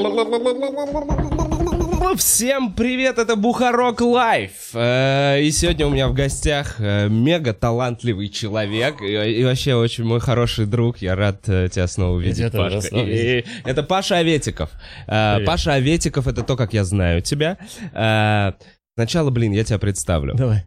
Всем привет, это Бухарок Лайф. И сегодня у меня в гостях мега талантливый человек и вообще очень мой хороший друг. Я рад тебя снова увидеть, Пашка. Это Паша Аветиков. Паша Аветиков — это то, как я знаю тебя. Сначала, я тебя представлю. Давай.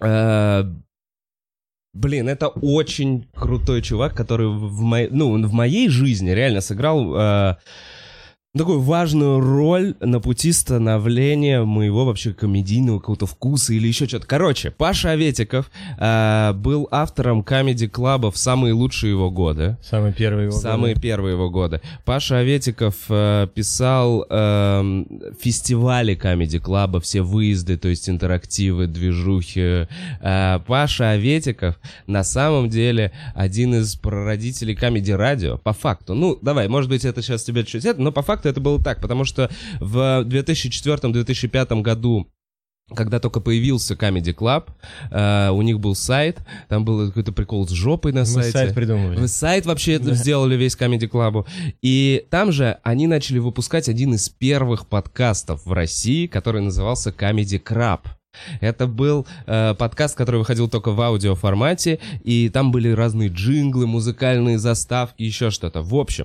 Это очень крутой чувак, который в моей жизни реально сыграл такую важную роль на пути становления моего вообще комедийного какого-то вкуса или еще что-то. Короче, Паша Аветиков был автором комеди-клаба в самые лучшие его годы. Самые первые его годы. Паша Аветиков писал фестивали комеди-клаба, все выезды, то есть интерактивы, движухи. Паша Аветиков на самом деле один из прародителей комеди-радио, по факту. Давай, может быть, это сейчас тебе чуть-чуть, но по факту это было так, потому что в 2004-2005 году, когда только появился Comedy Club, у них был сайт, там был какой-то прикол с жопой на сайте. Мы сайт придумывали. Вы сайт вообще это сделали весь Comedy Club. И там же они начали выпускать один из первых подкастов в России, который назывался Comedy Club. Это был подкаст, который выходил только в аудиоформате, и там были разные джинглы, музыкальные заставки, еще что-то. В общем,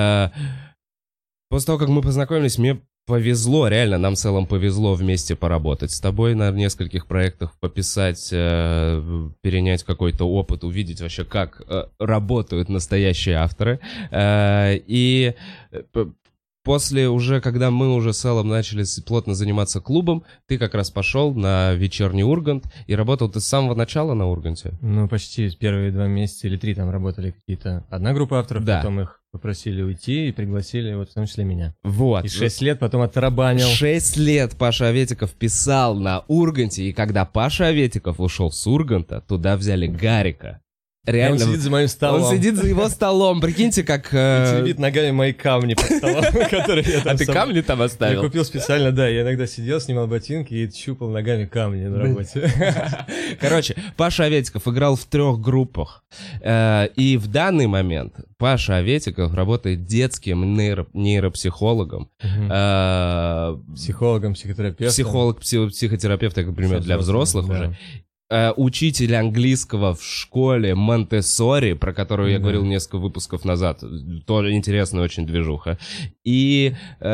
после того, как мы познакомились, мне повезло, реально, нам в целом повезло вместе поработать с тобой на нескольких проектах, пописать, перенять какой-то опыт, увидеть вообще, как работают настоящие авторы. И после уже, когда мы уже с Эллом начали плотно заниматься клубом, ты как раз пошел на вечерний Ургант и работал ты с самого начала на Урганте? Почти первые 2 месяца или 3 там работали какие-то одна группа авторов, да. Потом их попросили уйти и пригласили, в том числе меня. Вот. И 6 лет потом оттарабанил. 6 лет Паша Аветиков писал на Урганте, и когда Паша Аветиков ушел с Урганта, туда взяли Гарика. Реально, он сидит за моим столом. Он сидит за его столом, прикиньте, как... теребит ногами мои камни под столом, которые я там... А ты камни там оставил? Я купил специально, да, я иногда сидел, снимал ботинки и щупал ногами камни на работе. Короче, Паша Аветиков играл в 3 группах, и в данный момент Паша Аветиков работает детским нейропсихологом. Психологом, психотерапевтом. Психотерапевт, как, например, для взрослых уже. Учитель английского в школе Монтессори, про которую я говорил несколько выпусков назад, тоже интересная очень движуха. И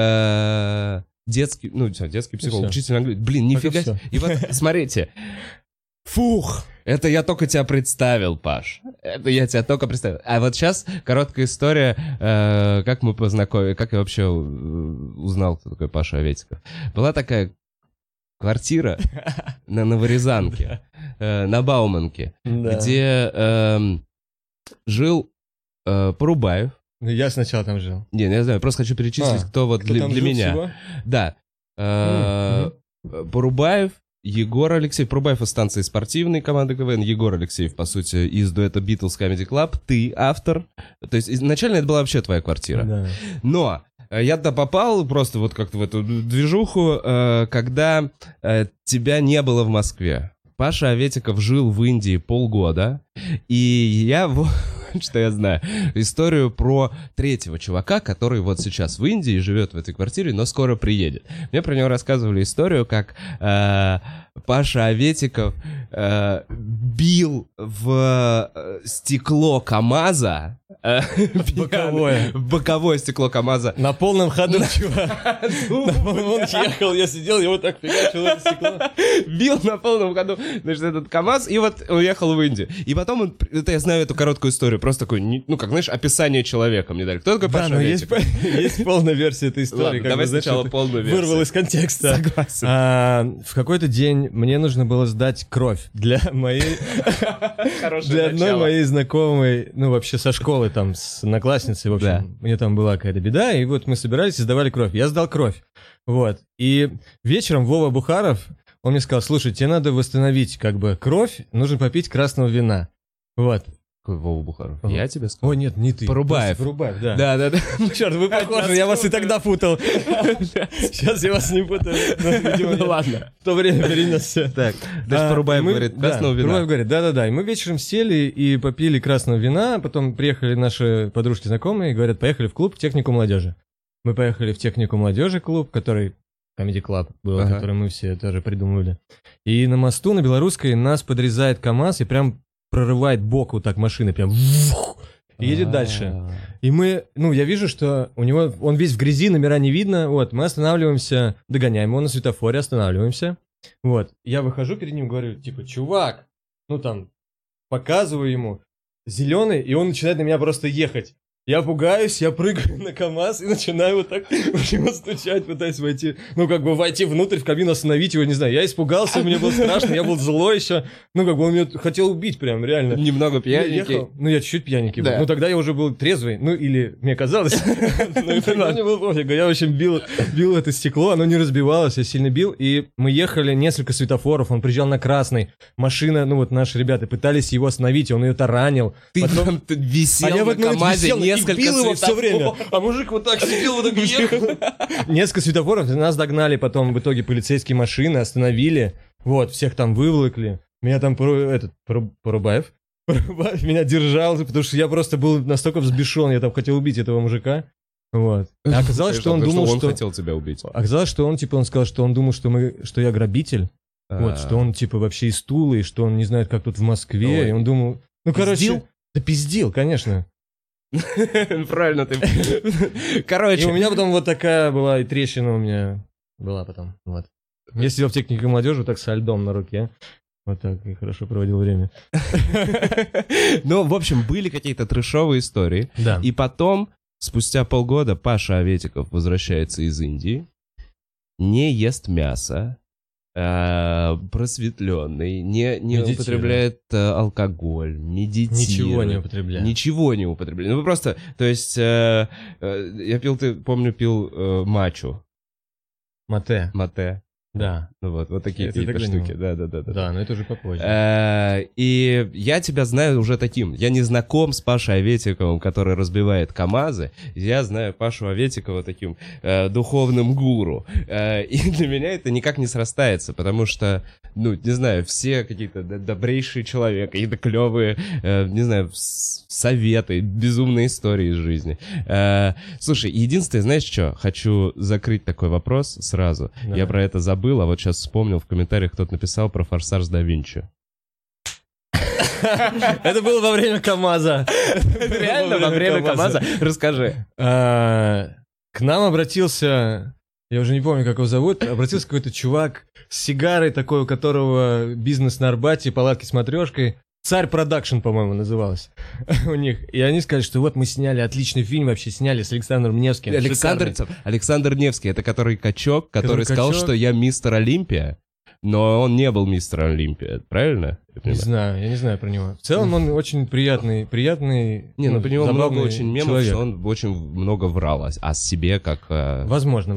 детский психолог, учитель английского. Нифига себе. И вот, смотрите. Фух! Это я только тебя представил, Паш. Это я тебя только представил. А вот сейчас короткая история, как мы познакомились, как я вообще узнал, кто такой Паша Аветиков. Была такая квартира на Новорязанке, на Бауманке, где жил Порубаев. Я сначала там жил. Не, я знаю, просто хочу перечислить, кто вот для меня. Всего? Да. Порубаев, Егор Алексеев. Порубаев из станции спортивной команды КВН. Егор Алексеев, по сути, из дуэта Beatles Comedy Club. Ты автор. То есть изначально это была вообще твоя квартира. Да. Но я туда попал просто вот как-то в эту движуху, когда тебя не было в Москве. Паша Аветиков жил в Индии полгода, и я, что я знаю, историю про 3-го чувака, который вот сейчас в Индии живет в этой квартире, но скоро приедет. Мне про него рассказывали историю, как Паша Аветиков бил в стекло КамАЗа, боковое стекло КамАЗа. На полном ходу, чувак. Он ехал, я сидел, я вот так фигачил это стекло. Бил на полном ходу, значит, этот КамАЗ, и вот уехал в Индию. И потом это я знаю эту короткую историю, просто такой, описание человека мне дали. Кто такой Паша Аветиков? Есть полная версия этой истории. Ладно, давай сначала полную версию. Вырвал из контекста. Согласен. В какой-то день мне нужно было сдать кровь для одной моей знакомой, вообще со школы, там, с одноклассницей, в общем. Да. У нее там была какая-то беда, и вот мы собирались и сдавали кровь. Я сдал кровь. Вот. И вечером Вова Бухаров, он мне сказал: слушай, тебе надо восстановить кровь, нужно попить красного вина. Вот. Какой Вова Бухаров? Я тебе сказал? О, нет, не ты. Порубаев. Порубаев, да. Да. Черт, вы похожи, я вас и тогда путал. Сейчас я вас не путаю. Ну ладно. В то время перенесся. Так, даже Порубаев говорит, красного вина. Порубаев говорит, да. И мы вечером сели и попили красного вина, потом приехали наши подружки знакомые и говорят: поехали в клуб технику молодежи. Мы поехали в технику молодежи клуб, который Comedy Club был, который мы все тоже придумывали. И на мосту на Белорусской нас подрезает КамАЗ и прям прорывает бок вот так машины, прям и едет дальше. И мы, я вижу, что у него, он весь в грязи, номера не видно, вот, мы останавливаемся, догоняем его на светофоре, останавливаемся, вот. Я выхожу перед ним, говорю, типа, чувак, показываю ему, зеленый, и он начинает на меня просто ехать. Я пугаюсь, я прыгаю на КамАЗ и начинаю вот так в него стучать, пытаясь войти, войти внутрь, в кабину, остановить его, не знаю. Я испугался, мне было страшно, я был злой еще. Он меня хотел убить прям, реально. Немного пьяненький. Я чуть-чуть пьяненький был. Да. Тогда я уже был трезвый, или мне казалось. Но тогда мне было пофиг. Я, в общем, бил это стекло, оно не разбивалось, я сильно бил. И мы ехали несколько светофоров, он приезжал на красный. Машина, наши ребята пытались его остановить, он ее таранил. Ты там висел на КамАЗе, несколько бил его все время, а мужик вот так сидел, вот так ехал. Несколько светофоров, нас догнали потом в итоге полицейские машины, остановили, всех там выволокли. Меня там Порубаев меня держал, потому что я просто был настолько взбешен, я там хотел убить этого мужика. А оказалось, что он думал, что... он хотел тебя убить. Оказалось, что он сказал, что он думал, что я грабитель, что он вообще из Тулы, и что он не знает, как тут в Москве, и он думал... Пиздил? Да пиздил, конечно. Правильно ты. Короче. И у меня потом вот такая была, и трещина у меня была потом. Вот. Я сидел в технике молодежи так со льдом на руке. Вот так и хорошо проводил время. Ну, в общем, были какие-то трэшовые истории. Да. И потом, спустя полгода, Паша Аветиков возвращается из Индии, не ест мясо, просветленный, не употребляет алкоголь, медитирует. Ничего не употребляет. Ничего не употребляет. Ну, вы просто, то есть, я пил матчу. Мате. Да. Ну вот такие какие-то штуки. Да. Да, но это уже попозже. И я тебя знаю уже таким. Я не знаком с Пашей Аветиковым, который разбивает КамАЗы. Я знаю Пашу Аветикова таким духовным гуру. И для меня это никак не срастается, потому что, не знаю, все какие-то добрейшие человек, какие-то клевые, не знаю, советы, безумные истории из жизни. Слушай, единственное, знаешь что? Хочу закрыть такой вопрос сразу. Да. Я про это забыл, а вот сейчас вспомнил, в комментариях кто-то написал про «Форсаж да Винчи». Это было во время КамАЗа. Реально во время КамАЗа? Расскажи. К нам обратился, я уже не помню, как его зовут, обратился какой-то чувак с сигарой такой, у которого бизнес на Арбате, палатки с матрешкой. «Царь Продакшн», по-моему, называлось у них. И они сказали, что вот мы сняли отличный фильм, вообще сняли с Александром Невским. Александр Невский, это который качок, который сказал, что я мистер Олимпия, но он не был мистер Олимпия, правильно? Я не знаю про него. В целом он очень приятный, не, ну, по нему много очень мемов, человек. Что он очень много врал о себе, как... Возможно.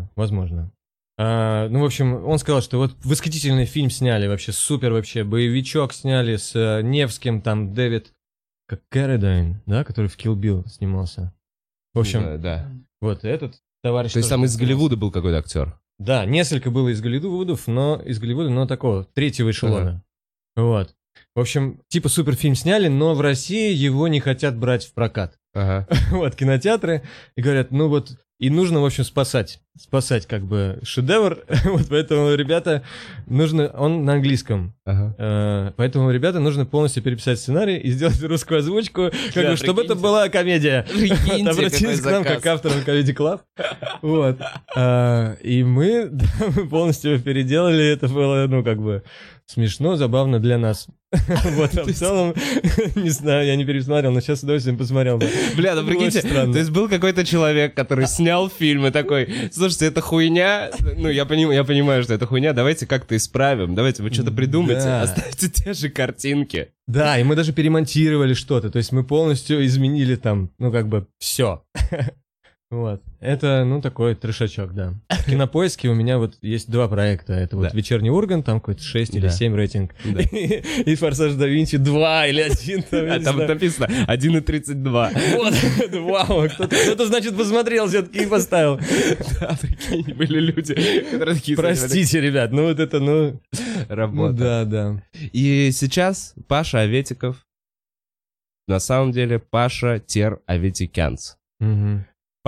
В общем, он сказал, что вот восхитительный фильм сняли, вообще супер вообще, боевичок сняли с Невским, там Дэвид Каррадайн, да, который в Kill Bill снимался. В общем, да. Вот этот товарищ... То есть там из Голливуда был какой-то актер? Да, несколько было из Голливуда, но такого, третьего эшелона. Вот. В общем, типа суперфильм сняли, но в России его не хотят брать в прокат. Вот, кинотеатры, и говорят, и нужно, в общем, спасать как бы шедевр, вот поэтому, ребята, он на английском, поэтому, ребята, нужно полностью переписать сценарий и сделать русскую озвучку, как бы, чтобы это была комедия. Обратились к нам как к авторам Comedy Club, вот, и мы полностью его переделали, это было, смешно, забавно для нас. Вот, а в целом, не знаю, я не пересмотрел, но сейчас с удовольствием посмотрел. Бля, ну прикиньте, то есть был какой-то человек, который снял фильм и такой, слушайте, это хуйня, я понимаю, что это хуйня, давайте как-то исправим, давайте вы что-то придумайте, оставьте те же картинки. Да, и мы даже перемонтировали что-то, то есть мы полностью изменили там, все. Вот. Это, такой трешачок, да. В Кинопоиске у меня вот есть 2 проекта. Это вот «Вечерний Ургант», там какой-то 6 или 7 рейтинг. Да. И «Форсаж да Винчи» 2 или 1. Там написано 1,32. Вот, вау, кто-то, значит, посмотрел все-таки и поставил. Да, прикинь, были люди, которые такие... Простите, ребят, работа. Да. И сейчас Паша Аветиков, на самом деле, Паша Аветикянц.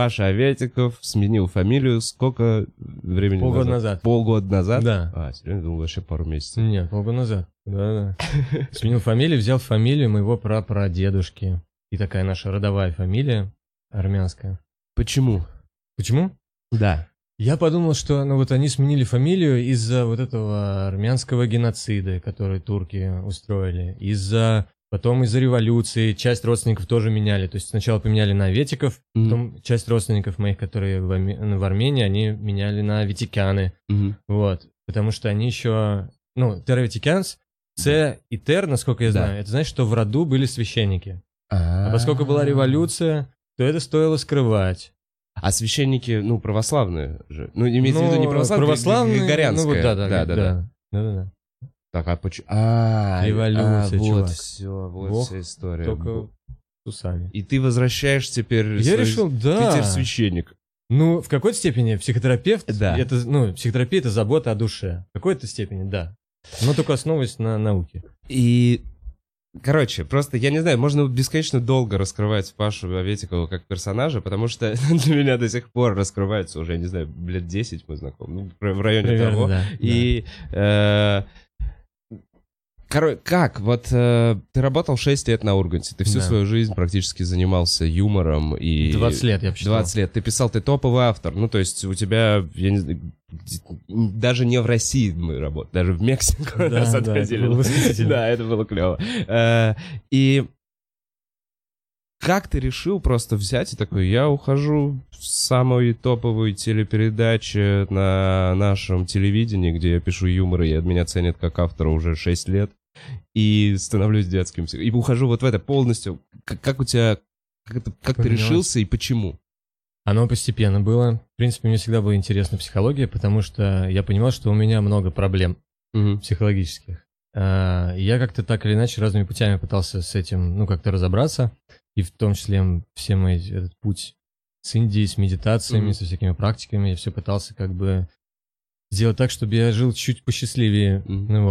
Паша Аветиков сменил фамилию сколько времени Полгода назад. Полгода назад? Да. Серьезно, думал, вообще пару месяцев. Нет, полгода назад. Да. Сменил фамилию, взял фамилию моего прапрадедушки. И такая наша родовая фамилия армянская. Почему? Почему? Да. Я подумал, что вот они сменили фамилию из-за вот этого армянского геноцида, который турки устроили. Потом из-за революции часть родственников тоже меняли. То есть сначала поменяли на Аветиков, потом часть родственников моих, которые в Армении, они меняли на Витикяны. Вот. Потому что они еще... Теравитикянс, Ц и Тер, насколько я знаю, это значит, что в роду были священники. А поскольку была революция, то это стоило скрывать. А священники, православные же. Имеется в виду не православные, григорианские. Да. Так, а почему? Революция, вот чувак. все, вот Бог вся история. только с усами. И ты возвращаешь теперь... Я решил, да. Ты теперь священник. В какой-то степени психотерапевт, да. Психотерапия — это забота о душе. В какой-то степени, да. Но только основываясь на науке. И... Короче, просто, я не знаю, можно бесконечно долго раскрывать Пашу Аветикова как персонажа, потому что для меня до сих пор раскрывается уже, я не знаю, лет 10 мы знакомы, в районе примерно, того. Да, и... Как? Вот ты работал 6 лет на Урганте, ты всю свою жизнь практически занимался юмором и... 20 лет, я посчитал. 20 лет. Ты топовый автор. То есть у тебя, я не знаю, даже не в России мы работали, даже в Мексику нас отвозили. Да, это было клево. И как ты решил просто взять и такой, я ухожу в самую топовую телепередачу на нашем телевидении, где я пишу юмор, и меня ценят как автора уже 6 лет, и становлюсь детским психологом. И ухожу вот в это полностью. Как у тебя... Как ты решился и почему? Оно постепенно было. В принципе, мне всегда была интересна психология, потому что я понимал, что у меня много проблем психологических. Я как-то так или иначе разными путями пытался с этим, как-то разобраться. И в том числе этот путь с Индией, с медитациями, со всякими практиками. Я все пытался как бы сделать так, чтобы я жил чуть посчастливее.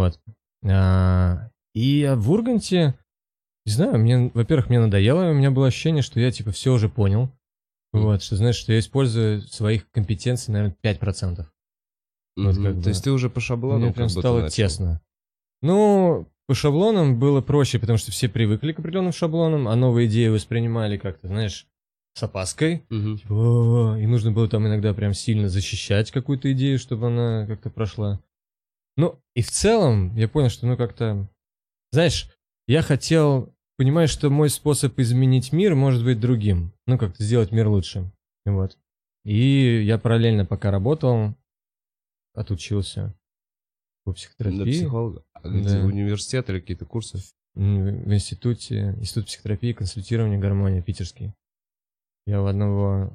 И в Урганте, не знаю, во-первых, мне надоело, у меня было ощущение, что я все уже понял. Что, знаешь, что я использую своих компетенций, наверное, 5%. То есть ты уже по шаблону мне прям стало тесно. По шаблонам было проще, потому что все привыкли к определенным шаблонам, а новые идеи воспринимали как-то, знаешь, с опаской. И нужно было там иногда прям сильно защищать какую-то идею, чтобы она как-то прошла. И в целом я понял, что как-то... Знаешь, я понимаю, что мой способ изменить мир может быть другим. Как-то сделать мир лучше. И я параллельно, пока работал, отучился по психотерапии. На психолога? Университет или какие-то курсы? В институте, Институт психотерапии, консультирования, гармония, питерский. Я у одного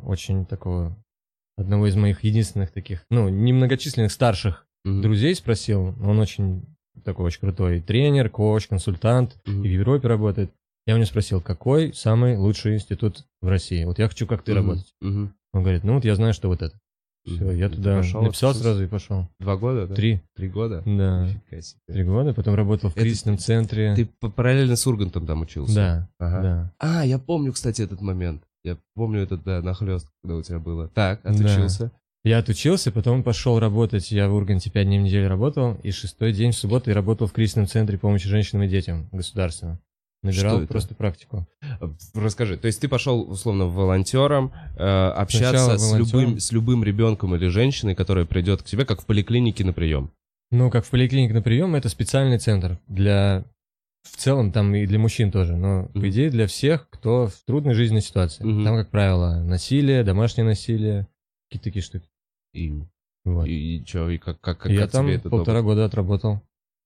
из моих единственных таких, немногочисленных старших друзей спросил. Он очень крутой тренер, коуч, консультант, и в Европе работает. Я у него спросил, какой самый лучший институт в России? Вот я хочу, как ты, работать. Он говорит, я знаю, что вот это. Все, я туда написал сразу и пошел. 2 года, да? 3. 3 года? Да. 3 года, потом работал в кризисном центре. Ты параллельно с Ургантом там учился? Да, да. Я помню, кстати, этот момент. Я помню этот, нахлёст, когда у тебя было. Так, отучился. Да. Я отучился, потом пошел работать. Я в Урганте 5 дней в неделю работал, и 6-й день в субботу я работал в кризисном центре помощи женщинам и детям государственном. Набирал просто практику. Расскажи, то есть ты пошел, условно, волонтером, общаться с любым ребенком или женщиной, которая придет к тебе, как в поликлинике на прием? Как в поликлинике на прием, это специальный центр в целом там и для мужчин тоже, но по идее для всех, кто в трудной жизненной ситуации. Там, как правило, насилие, домашнее насилие, какие-то такие штуки. И что, и как я там 1,5 года отработал.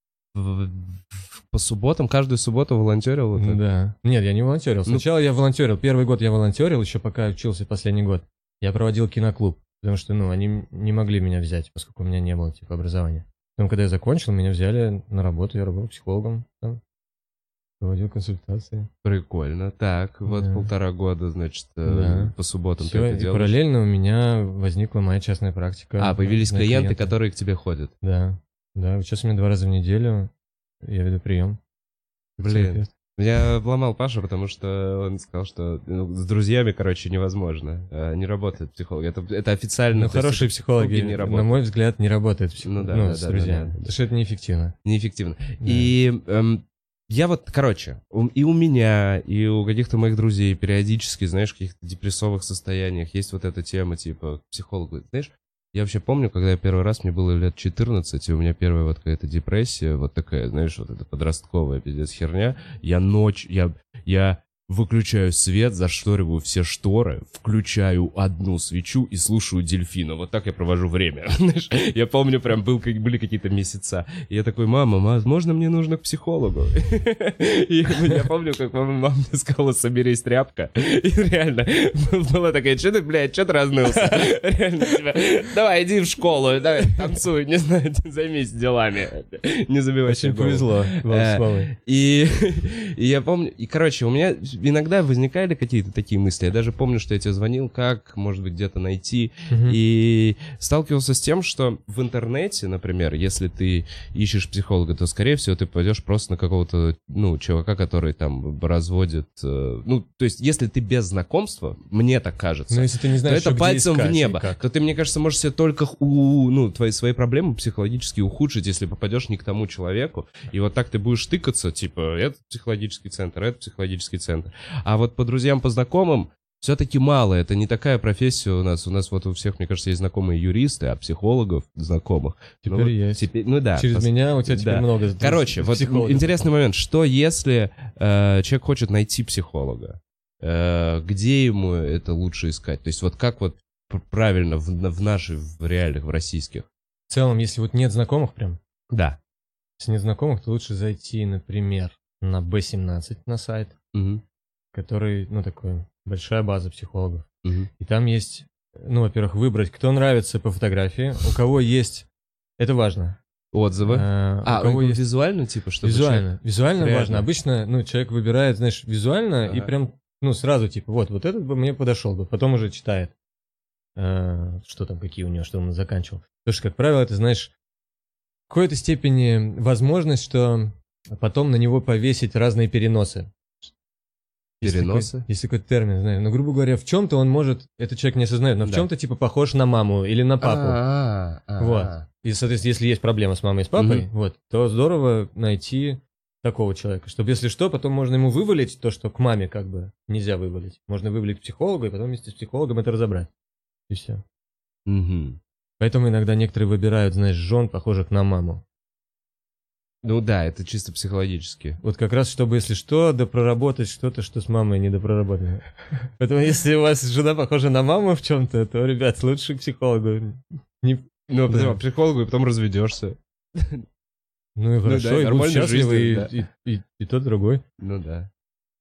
По субботам, каждую субботу волонтерил? Да. Нет, я не волонтерил. Сначала я волонтерил. Первый год я волонтерил, еще пока учился последний год. Я проводил киноклуб, потому что, они не могли меня взять, поскольку у меня не было, образования. Потом, когда я закончил, меня взяли на работу, я работал психологом, проводил консультации. Прикольно. Так, вот 1,5 года, значит, по субботам все, ты это делаешь. Параллельно у меня возникла моя частная практика. Появились клиенты, которые к тебе ходят. Да. Сейчас у меня 2 раза в неделю я веду прием. Блин, Я обломал Пашу, потому что он сказал, что с друзьями, короче, невозможно. Не работает психолог. Это официально. Ну, хорошие психологи, не на мой взгляд, не работают с друзьями. Потому что это неэффективно. Неэффективно. Да. И я вот, короче, и у меня, и у каких-то моих друзей периодически, знаешь, в каких-то депрессовых состояниях есть вот эта тема, типа, к психологу. Знаешь, я вообще помню, когда я первый раз, мне было лет 14, и у меня первая вот какая-то депрессия, вот такая, знаешь, вот эта подростковая, пиздец, херня. Я выключаю свет, зашториваю все шторы, включаю одну свечу и слушаю дельфина. Вот так я провожу время. Знаешь, я помню, прям были какие-то месяца. И я такой: мама, возможно, мне нужно к психологу. И я помню, как мама мне сказала: соберись, тряпка. И реально была такая: что ты, блядь, что ты разнылся? Реально, типа, давай, иди в школу, давай, танцуй, не знаю, займись делами. Не забивай себе голову. Очень повезло вам с мамой. И я помню, и, короче, у меня иногда возникали какие-то такие мысли. Я даже помню, что я тебе звонил, как, может быть, где-то найти. И сталкивался с тем, что в интернете, например, если ты ищешь психолога, то, скорее всего, ты пойдешь просто на какого-то, чувака, который там разводит... то есть, если ты без знакомства, мне так кажется, если ты не знаешь, то это пальцем в небо. Никак. То ты, мне кажется, можешь себе только свои проблемы психологически ухудшить, если попадешь не к тому человеку. И вот так ты будешь тыкаться, типа, это психологический центр, это психологический центр. А вот по друзьям, по знакомым все-таки мало. Это не такая профессия у нас. У нас вот у всех, мне кажется, есть знакомые юристы, а психологов знакомых... Теперь есть. Через меня у тебя теперь много. Короче, вот интересный момент. Что если человек хочет найти психолога? Где ему это лучше искать? То есть вот как вот правильно в наших, в реальных, в российских? В целом, если вот нет знакомых прям? Да. Если нет знакомых, то лучше зайти, например, на B17 на сайт, который, такой, большая база психологов. И там есть, во-первых, выбрать, кто нравится по фотографии, у кого есть, это важно. Отзывы? У кого есть визуально, типа, чтобы визуально приятно. Важно. Обычно, человек выбирает, знаешь, визуально и прям, сразу, типа, вот этот бы мне подошел бы, потом уже читает, что там, какие у него, что он заканчивал. Потому что, как правило, это, знаешь, в какой-то степени возможность, что потом на него повесить разные переносы. Переносы? Есть такой термин, знаю. Но, грубо говоря, в чем-то он может, этот человек не осознает, но в чем-то типа похож на маму или на папу. Вот. И, соответственно, если есть проблема с мамой и с папой, то здорово найти такого человека, чтобы, если что, потом можно ему вывалить то, что к маме как бы нельзя вывалить. Можно вывалить к психологу, и потом вместе с психологом это разобрать. И все. Поэтому иногда некоторые выбирают, знаешь, жен, похожих на маму. Ну да, это чисто психологически. Вот как раз, чтобы, если что, допроработать что-то, что с мамой не допроработано. Поэтому, если у вас жена похожа на маму в чем-то, то, ребят, лучше к психологу. К психологу, и потом разведешься. Ну и хорошо, и будь счастливы, и тот, и другой. Ну да.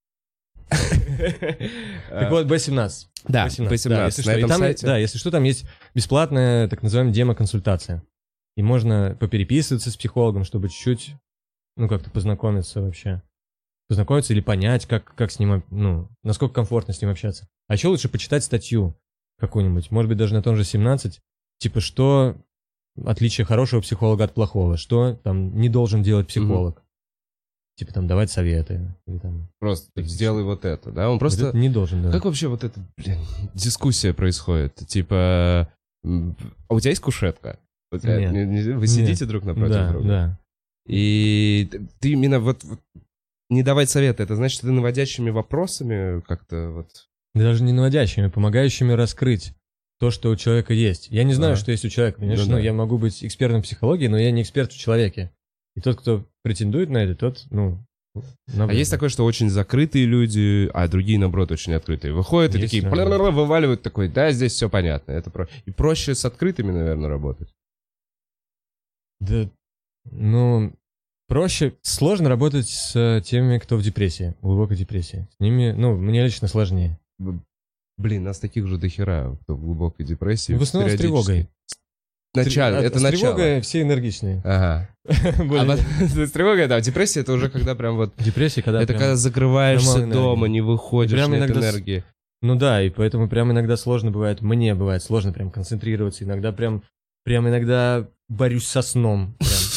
Так вот, B17. Да, B17. На этом сайте. Да, если что, там есть бесплатная, так называемая, демо-консультация. И можно попереписываться с психологом, чтобы чуть-чуть, как-то познакомиться вообще. Познакомиться или понять, как с ним, насколько комфортно с ним общаться. А еще лучше почитать статью какую-нибудь, может быть, даже на том же 17, типа, что отличие хорошего психолога от плохого, что там не должен делать психолог. Типа, там, давать советы. Или, там, просто сделай вот это, да? Он просто... Вот не должен, да. Как вообще вот эта, дискуссия происходит? Типа, а у тебя есть кушетка? Нет. Вы сидите друг напротив друга? Да. И ты именно вот не давать советы, это значит, что ты наводящими вопросами как-то вот... Даже не наводящими, помогающими раскрыть то, что у человека есть. Я не знаю, что есть у человека. Конечно, я могу быть экспертом в психологии, но я не эксперт в человеке. И тот, кто претендует на это, тот, А есть такое, что очень закрытые люди, а другие, наоборот, очень открытые. Выходят и такие, вываливают такой, да, здесь все понятно. И проще с открытыми, наверное, работать. Да, проще, сложно работать с теми, кто в депрессии, глубокой депрессии. С ними, мне лично сложнее. Блин, нас таких же дохера, кто в глубокой депрессии. В основном с тревогой. Это начало. С тревогой все энергичные. Ага. С тревогой, да. Депрессия — это уже когда прям вот... Депрессия, когда это когда закрываешься дома, не выходишь, нет энергии. Ну да, и поэтому прям иногда сложно бывает, мне бывает сложно прям концентрироваться. Иногда прям иногда борюсь со сном.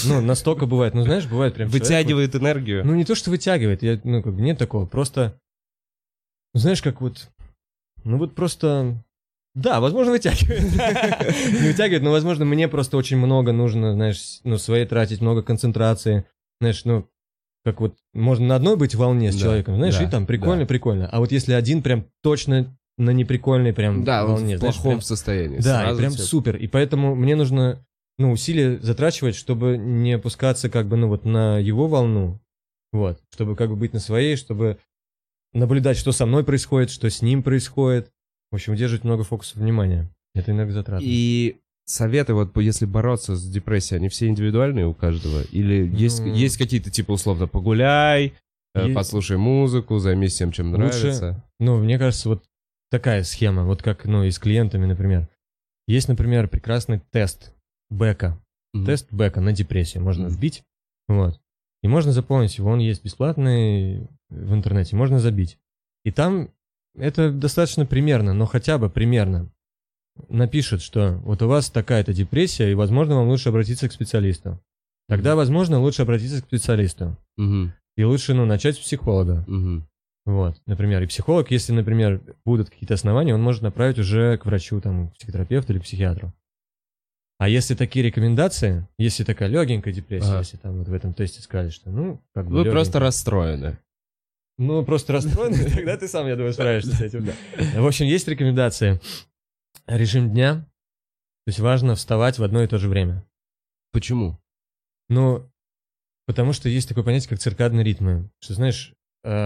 Ну, настолько бывает. Ну, знаешь, бывает прям Вытягивает энергию. Ну, не то, что вытягивает. Ну, как бы нет такого. Просто, знаешь, как вот... Ну, вот просто... Да, возможно, вытягивает. Не вытягивает, но, возможно, мне просто очень много нужно, знаешь, ну, своей тратить, много концентрации. Знаешь, ну, как вот можно на одной быть волне с человеком, знаешь, и там прикольно. А вот если один прям точно на неприкольной прям волне. Да, в плохом состоянии. Да, и прям супер. И поэтому мне нужно, ну, усилия затрачивать, чтобы не опускаться как бы, ну, вот на его волну. Вот. Чтобы как бы быть на своей, чтобы наблюдать, что со мной происходит, что с ним происходит. В общем, удерживать много фокусов внимания. Это энергозатратно. И советы, вот если бороться с депрессией, они все индивидуальные у каждого? Или есть какие-то, типа, условно, погуляй, послушай музыку, займись тем, чем нравится? Ну, мне кажется, вот такая схема, вот как, ну, и с клиентами, например. Есть, например, прекрасный тест Бека. Тест Бека на депрессию. Можно вбить, вот. И можно заполнить его, он есть бесплатный в интернете, можно забить. И там это достаточно примерно, но хотя бы примерно напишет, что вот у вас такая-то депрессия, и, возможно, вам лучше обратиться к специалисту. Тогда, возможно, лучше обратиться к специалисту. И лучше, ну, начать с психолога. Вот, например, и психолог, если, например, будут какие-то основания, он может направить уже к врачу, там, психотерапевту или психиатру. А если такие рекомендации, если такая легенькая депрессия, если там вот в этом тесте сказали, что, ну, как бы вы просто расстроены. Ну, просто расстроены, тогда ты сам, я думаю, справишься с этим. В общем, есть рекомендации. Режим дня. То есть важно вставать в одно и то же время. Почему? Ну, потому что есть такое понятие, как циркадные ритмы. Что, знаешь,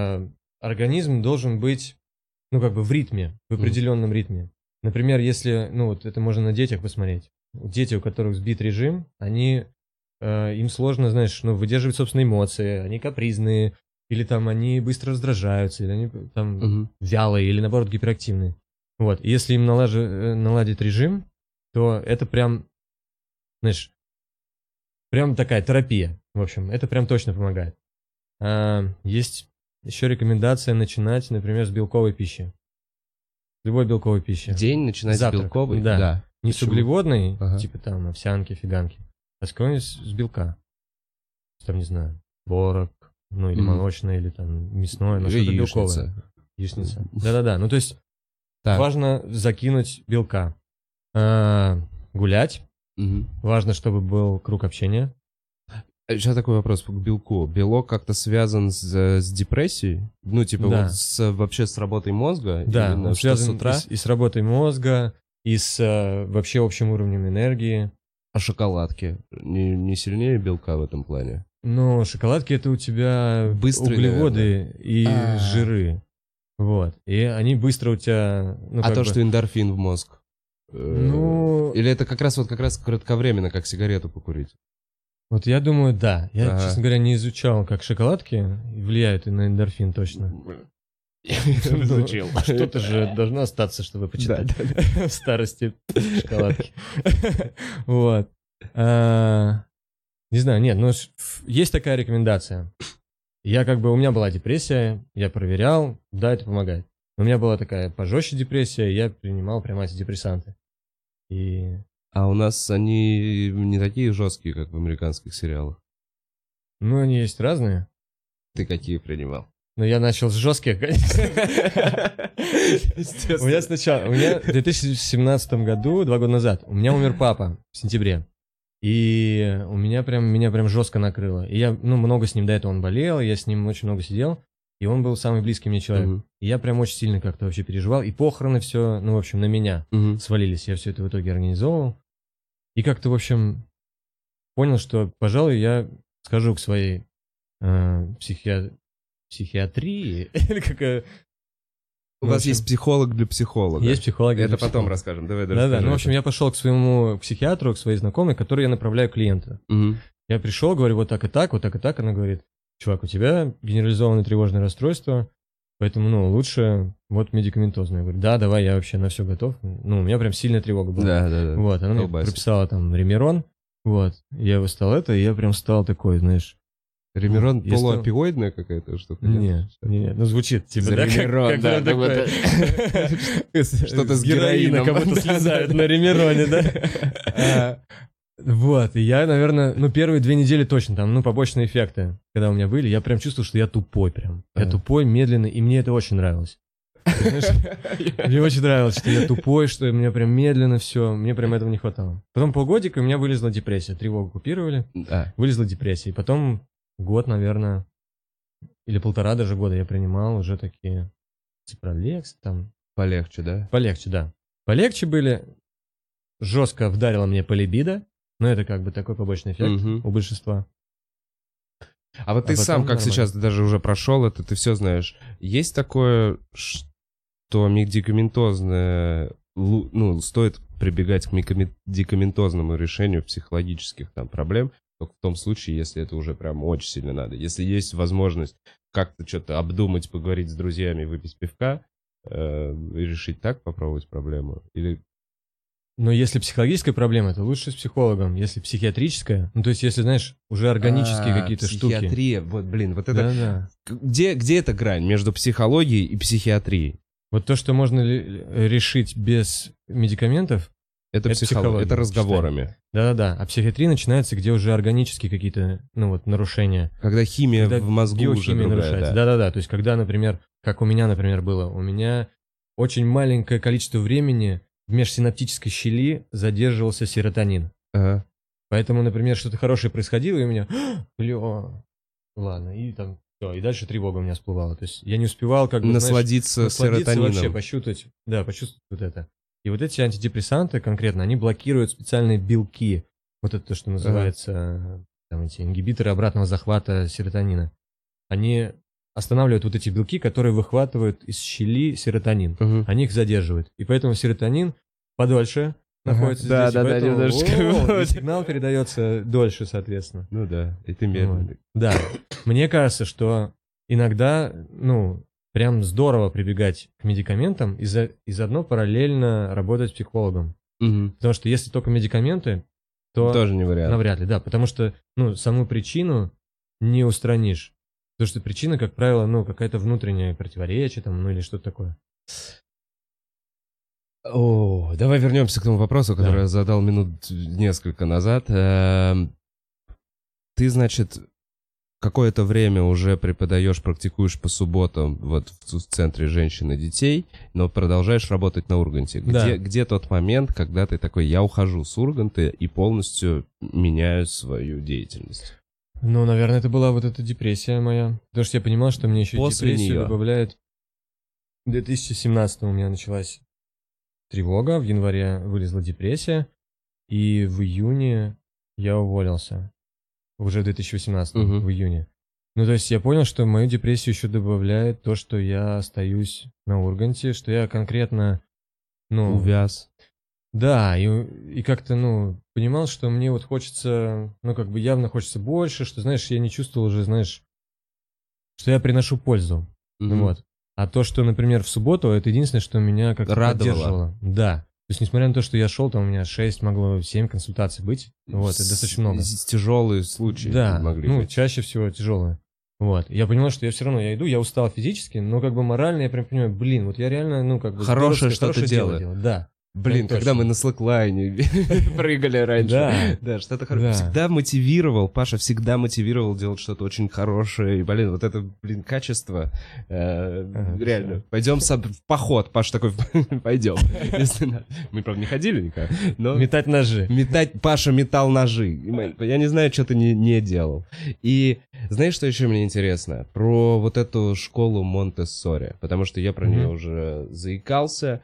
организм должен быть, ну, как бы в ритме, в определенном ритме. Например, если, ну, вот это можно на детях посмотреть. Дети, у которых сбит режим, они, им сложно, знаешь, ну, выдерживать собственные эмоции, они капризные, или там они быстро раздражаются, или они там вялые, или наоборот гиперактивные. Вот, и если им наладить режим, то это прям, знаешь, прям такая терапия. В общем, это прям точно помогает. Есть еще рекомендация начинать, например, с белковой пищи. Любой белковой пищи. День начинать с белковой? Да. Не с углеводной, типа там овсянки, фиганки, а с какой-нибудь с белка. Там, не знаю, творог, ну или молочное, или там мясное, но что-то белковое. Яичница. Да-да-да, ну то есть важно закинуть белка. Гулять. Важно, чтобы был круг общения. Сейчас такой вопрос к белку. Белок как-то связан с депрессией? Ну, типа, вот вообще с работой мозга? Да, он связан с утра? И с работой мозга, и с вообще общим уровнем энергии. А шоколадки? Не сильнее белка в этом плане? Ну, шоколадки — это у тебя быстрые углеводы и жиры. Вот. И они быстро у тебя... Ну, а то, что эндорфин в мозг? Ну... Или это как раз кратковременно, как сигарету покурить? Вот я думаю, да. Я, честно говоря, не изучал, как шоколадки влияют и на эндорфин точно. Изучил. Что-то же должно остаться, чтобы почитать в старости шоколадки. Вот. Не знаю, нет, но есть такая рекомендация. У меня была депрессия, я проверял, да, это помогает. У меня была такая пожестче депрессия, я принимал прям антидепрессанты. А у нас они не такие жесткие, как в американских сериалах. Ну, они есть разные. Ты какие принимал? Ну, я начал с жестких, конечно. У меня в 2017 году, 2 года назад, у меня умер папа в сентябре. И меня прям жестко накрыло. И я, много с ним до этого он болел, я с ним очень много сидел. И он был самый близкий мне человек. И я прям очень сильно как-то вообще переживал. И похороны все, в общем, на меня свалились. Я все это в итоге организовывал. И как-то, в общем, понял, что, пожалуй, я схожу к своей психиатрии. Или какая... У вас есть психолог для психолога. Есть психолог для психолога. Это потом расскажем. Давай дальше. Да. В общем, я пошел к своему психиатру, к своей знакомой, которой я направляю клиента. Я пришел, говорю, вот так и так, вот так и так. Она говорит: чувак, у тебя генерализованное тревожное расстройство, поэтому, лучше вот медикаментозное. Я говорю: да, давай, я вообще на все готов. У меня прям сильная тревога была. Да. Вот, она мне прописала там Ремирон, вот, я его стал и я прям стал такой, знаешь... Ремирон полуопиоидная какая-то штука? Нет, звучит тебе, да? Ремирон, да. Что-то с героином кого-то слезают на Ремироне, да? Вот, и я, наверное, первые 2 недели точно там, побочные эффекты, когда у меня были, я прям чувствовал, что я тупой прям. Я тупой, медленный, и мне это очень нравилось. Мне очень нравилось, что я тупой, что мне прям медленно все, мне прям этого не хватало. Потом полгодика, и у меня вылезла депрессия. Тревогу купировали, вылезла депрессия. И потом год, наверное, или 1,5 даже года я принимал уже такие ципролекс там. Полегче, да? Полегче, да. Полегче были. Жестко вдарило мне полибидо. Но это как бы такой побочный эффект у большинства. А вот ты сам, как нормально. Сейчас, ты даже уже прошел это, ты все знаешь. Есть такое, что медикаментозное, стоит прибегать к медикаментозному решению психологических там проблем, только в том случае, если это уже прям очень сильно надо. Если есть возможность как-то что-то обдумать, поговорить с друзьями, выпить пивка, и решить так, попробовать проблему, или... Но если психологическая проблема, то лучше с психологом. Если психиатрическая, то есть если, знаешь, уже органические какие-то штуки. Психиатрия, вот это... Да. Где эта грань между психологией и психиатрией? Вот то, что можно решить без медикаментов, это психология, это разговорами. Да-да-да. А психиатрия начинается, где уже органические какие-то, нарушения. Когда химия в мозгу уже другая, нарушается. Да-да-да. То есть когда, например, как у меня, например, было, у меня очень маленькое количество времени в межсинаптической щели задерживался серотонин. Ага. Поэтому, например, что-то хорошее происходило, и у меня... Ладно, и там... Все, и дальше тревога у меня всплывала. То есть я не успевал как бы... Насладиться серотонином. Вообще, почувствовать вот это. И вот эти антидепрессанты конкретно, они блокируют специальные белки. Вот это то, что называется... Там эти ингибиторы обратного захвата серотонина. Они останавливают вот эти белки, которые выхватывают из щели серотонин. Они их задерживают. И поэтому серотонин подольше находится здесь. Да, сигнал передается дольше, соответственно. Ну да, и ты медленный. Да. Мне кажется, что иногда, прям здорово прибегать к медикаментам и заодно параллельно работать с психологом. Потому что если только медикаменты, то... Тоже не вариант. Навряд ли, да. Потому что, саму причину не устранишь. Потому что причина, как правило, какая-то внутреннее противоречие, там, или что-то такое. Давай вернемся к тому вопросу, который я задал минут несколько назад. Ты, значит, какое-то время уже преподаешь, практикуешь по субботам вот в центре женщин и детей, но продолжаешь работать на Урганте. Где тот момент, когда ты такой, я ухожу с Урганта и полностью меняю свою деятельность? Наверное, это была вот эта депрессия моя. Потому что я понимал, что мне еще после депрессию нее добавляет. В 2017 у меня началась тревога, в январе вылезла депрессия, и в июне я уволился. Уже в 2018, в июне. То есть я понял, что мою депрессию еще добавляет то, что я остаюсь на Урганте, что я конкретно, увяз. Да, и как-то, понимал, что мне вот хочется, явно хочется больше, что, знаешь, я не чувствовал уже, знаешь, что я приношу пользу. Вот. А то, что, например, в субботу, это единственное, что меня как-то поддерживало. Да. То есть, несмотря на то, что я шел, там у меня 6, могло 7 консультаций быть. Вот, это достаточно много. Тяжелые случаи могли быть. Чаще всего тяжелые. Вот. Я понимал, что я все равно, я иду, я устал физически, но морально я прям понимаю, вот я реально, хорошее что-то делаю. Да. Когда мы на слэклайне прыгали раньше. Да, что-то хорошее. Всегда мотивировал, Паша всегда мотивировал делать что-то очень хорошее. И, вот это, качество. Реально. Пойдем в поход. Паша такой, пойдем. Мы, правда, не ходили никак. Метать ножи. Паша метал ножи. Я не знаю, что ты не делал. И знаешь, что еще мне интересно? Про вот эту школу Монтессори. Потому что я про нее уже заикался.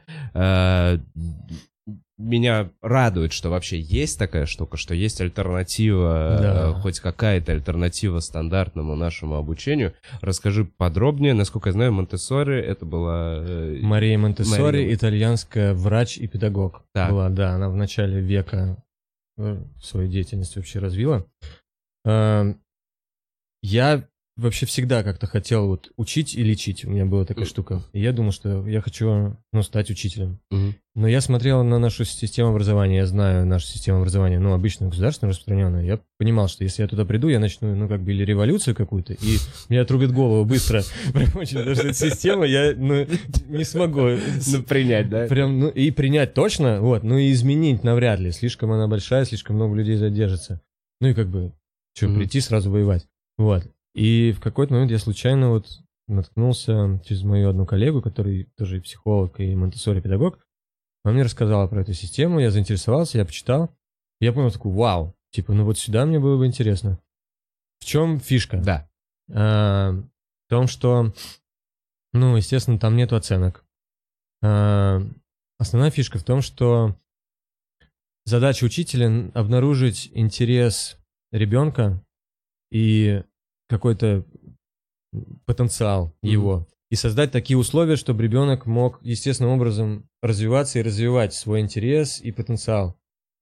Меня радует, что вообще есть такая штука, что есть альтернатива, хоть какая-то альтернатива стандартному нашему обучению. Расскажи подробнее. Насколько я знаю, Монтессори это была... Мария Монтессори, итальянская врач и педагог. Была, да, она в начале века свою деятельность вообще развила. Я вообще всегда как-то хотел вот учить и лечить. У меня была такая штука. И я думал, что я хочу, стать учителем. Но я смотрел на нашу систему образования, я знаю нашу систему образования, обычную, государственную, распространенную. Я понимал, что если я туда приду, я начну, или революцию какую-то, и меня отрубит голову быстро. Прям очень, потому что эта система, я, не смогу. Принять, да? Прям, и принять точно, и изменить навряд ли. Слишком она большая, слишком много людей задержится. Прийти сразу воевать. Вот. И в какой-то момент я случайно наткнулся через мою одну коллегу, который тоже и психолог, и монтессори-педагог. Она мне рассказала про эту систему, я заинтересовался, я почитал. И я понял такой, вау, сюда мне было бы интересно. В чем фишка? Да. В том, что, естественно, там нету оценок. Основная фишка в том, что задача учителя — обнаружить интерес ребенка и какой-то потенциал его. И создать такие условия, чтобы ребенок мог естественным образом развиваться и развивать свой интерес и потенциал.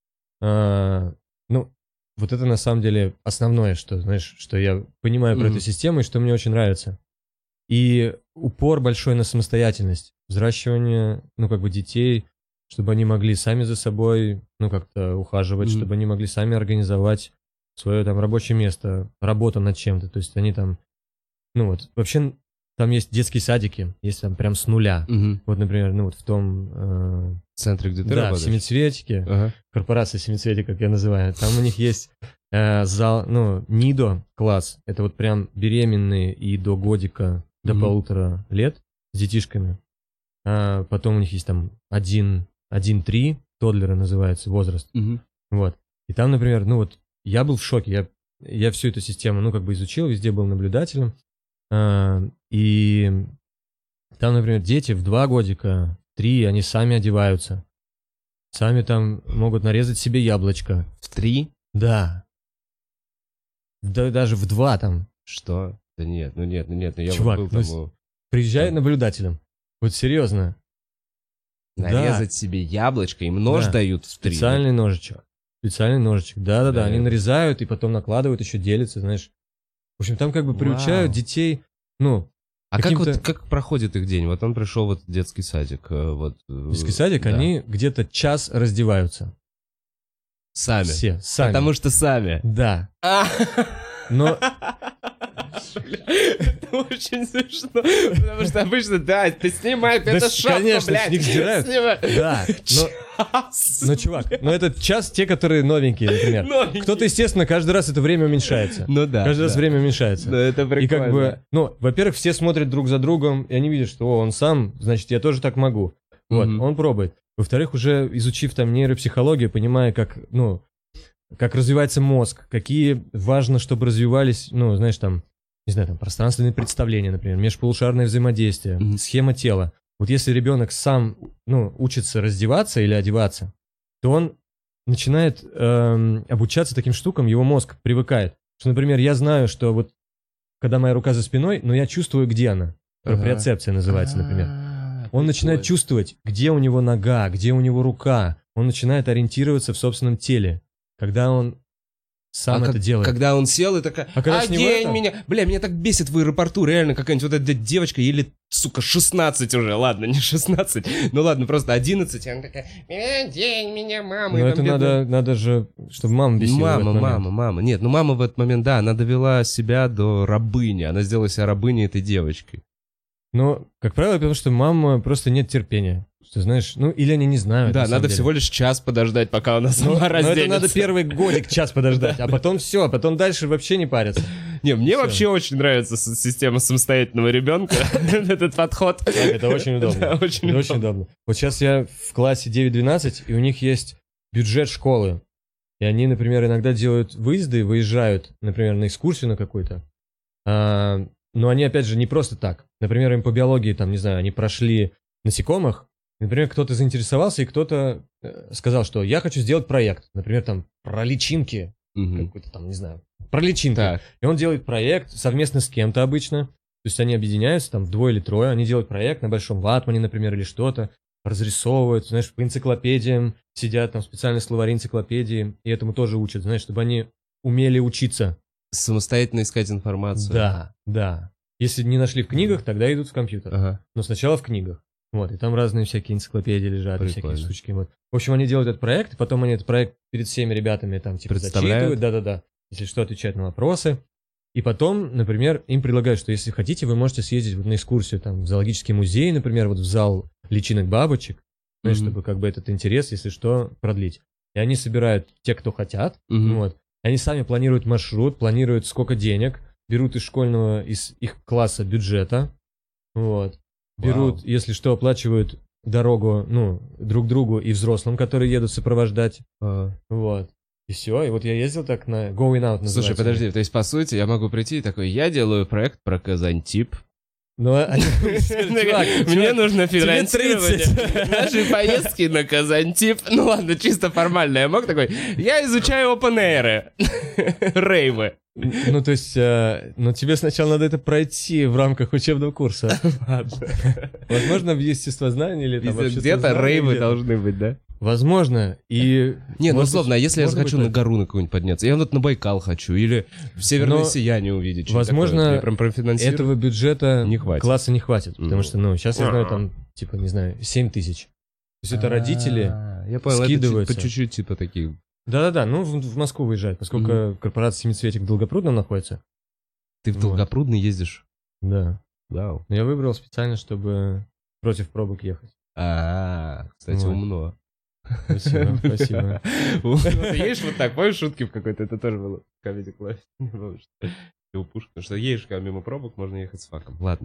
Это на самом деле основное, что я понимаю про эту систему и что мне очень нравится. И упор большой на самостоятельность, взращивание, детей, чтобы они могли сами за собой, как-то ухаживать, чтобы они могли сами организовать свое там рабочее место, работа над чем-то. То есть они там, вообще там есть детские садики, есть там прям с нуля. Например, в том... центре, где ты работаешь? В Семицветике, корпорация Семицветик, как я называю. Там у них есть зал, НИДО класс. Это прям беременные и до годика, до 1,5 лет с детишками. Потом у них есть там 1-3, тоддлеры называется возраст. И там, например, я был в шоке. Я всю эту систему, изучил, везде был наблюдателем. И там, например, дети в 2 годика, 3, они сами одеваются. Сами там могут нарезать себе яблочко. В 3? Да. Даже в 2 там. Что? Да нет. Я Чувак, был там... приезжай наблюдателем. Серьезно. Нарезать себе яблочко, им нож дают в 3. Специальный ножичек. Да. Они нарезают и потом накладывают, еще делятся, знаешь. В общем, там приучают детей, А как проходит их день? Он пришел в детский садик. Детский садик, они где-то час раздеваются. Сами? Все, сами. Потому что сами? Да. Но... Это очень смешно, потому что обычно, ты снимаешь, это шапка, конечно, блядь. с них сдирают. Да, но, чувак, это час те, которые новенькие, например. Кто-то, естественно, каждый раз это время уменьшается. Каждый раз время уменьшается. Это прикольно. И во-первых, все смотрят друг за другом, и они видят, что он сам, значит, я тоже так могу. Он пробует. Во-вторых, уже изучив там нейропсихологию, понимая, как развивается мозг, какие важно, чтобы развивались, пространственные представления, например, межполушарное взаимодействие, схема тела. Если ребенок сам, учится раздеваться или одеваться, то он начинает обучаться таким штукам, его мозг привыкает. Что, например, я знаю, что когда моя рука за спиной, но я чувствую, где она. Проприоцепция называется, например. Он начинает чувствовать, где у него нога, где у него рука. Он начинает ориентироваться в собственном теле. Когда он сам это делает. Когда он сел и такая, одень меня. Бля, меня так бесит в аэропорту, реально какая-нибудь эта девочка, еле, 16 уже, ладно, не 16, ладно, просто 11, и она такая, одень меня, мама. Но это надо же, чтобы мама бесила. Мама. Нет, мама в этот момент, она довела себя до рабыни, она сделала себя рабыней этой девочкой. Но, как правило, потому что мама просто нет терпения. Что, знаешь, или они не знают. Да, надо всего лишь час подождать, пока она сама разденется. Но это надо первый годик час подождать, а потом все, потом дальше вообще не париться. Не, мне вообще очень нравится система самостоятельного ребенка, этот подход. Это очень удобно. Очень удобно. Сейчас я в классе 9-12, и у них есть бюджет школы. И они, например, иногда делают выезды, выезжают, например, на экскурсию на какую-то. Но они, опять же, не просто так. Например, им по биологии, там, не знаю, они прошли насекомых. Например, кто-то заинтересовался, и кто-то сказал, что я хочу сделать проект. Например, там, про личинки. Какой-то там, не знаю, про личинки. Так. И он делает проект совместно с кем-то обычно. То есть они объединяются, там, 2 или 3. Они делают проект на большом ватмане, например, или что-то. Разрисовывают, знаешь, по энциклопедиям. Сидят там, специальные словари энциклопедии. И этому тоже учат, знаешь, чтобы они умели учиться. Самостоятельно искать информацию. Да. Если не нашли в книгах, тогда идут в компьютер. Ага. Но сначала в книгах. Вот, и там разные всякие энциклопедии лежат, Прикольно. всякие штучки. Вот. В общем, они делают этот проект, и потом они этот проект перед всеми ребятами там типа Представляют? зачитывают. Да. Если что, отвечают на вопросы. И потом, например, им предлагают, что если хотите, вы можете съездить вот на экскурсию там, в зоологический музей, например, вот в зал личинок бабочек, знаешь, чтобы как бы этот интерес, если что, продлить. И они собирают те, кто хотят, вот. Они сами планируют маршрут, планируют сколько денег, берут из школьного, из их класса бюджета, вот. Берут, если что, оплачивают дорогу, ну, друг другу и взрослым, которые едут сопровождать, вот. И все, и вот я ездил так на Going Out называется. Слушай, подожди, то есть, по сути, я могу прийти и такой, я делаю проект про Казантип. Ну, Мне нужно финансирование нашей поездки на Казантип. Ну ладно, чисто формально. Я мог такой, я изучаю open-air, рейвы. Ну, то есть, ну, тебе сначала надо это пройти в рамках учебного курса. Возможно, в естествознании или там где-то рейвы должны быть, да? Возможно, и... Не, ну условно, а если я захочу на гору на какую-нибудь подняться? Я вот на Байкал хочу, или в северное сияние увидеть. Возможно, прям профинансирую. этого бюджета не хватит. Класса не хватит, потому что, ну, сейчас я знаю, там, типа, не знаю, 7 тысяч. То есть это родители я понял, скидываются. Это по чуть-чуть, типа, такие... Да-да-да, ну, в Москву выезжают, поскольку корпорация «Семицветик» в Долгопрудном находится. Ты в Долгопрудный ездишь? Да. Вау. Но я выбрал специально, чтобы против пробок ехать. Кстати, умно. Спасибо. Едешь вот так, помнишь шутки в какой-то, это тоже было в Comedy Club. У Пушкина, что едешь мимо пробок, можно ехать с факом. Ладно.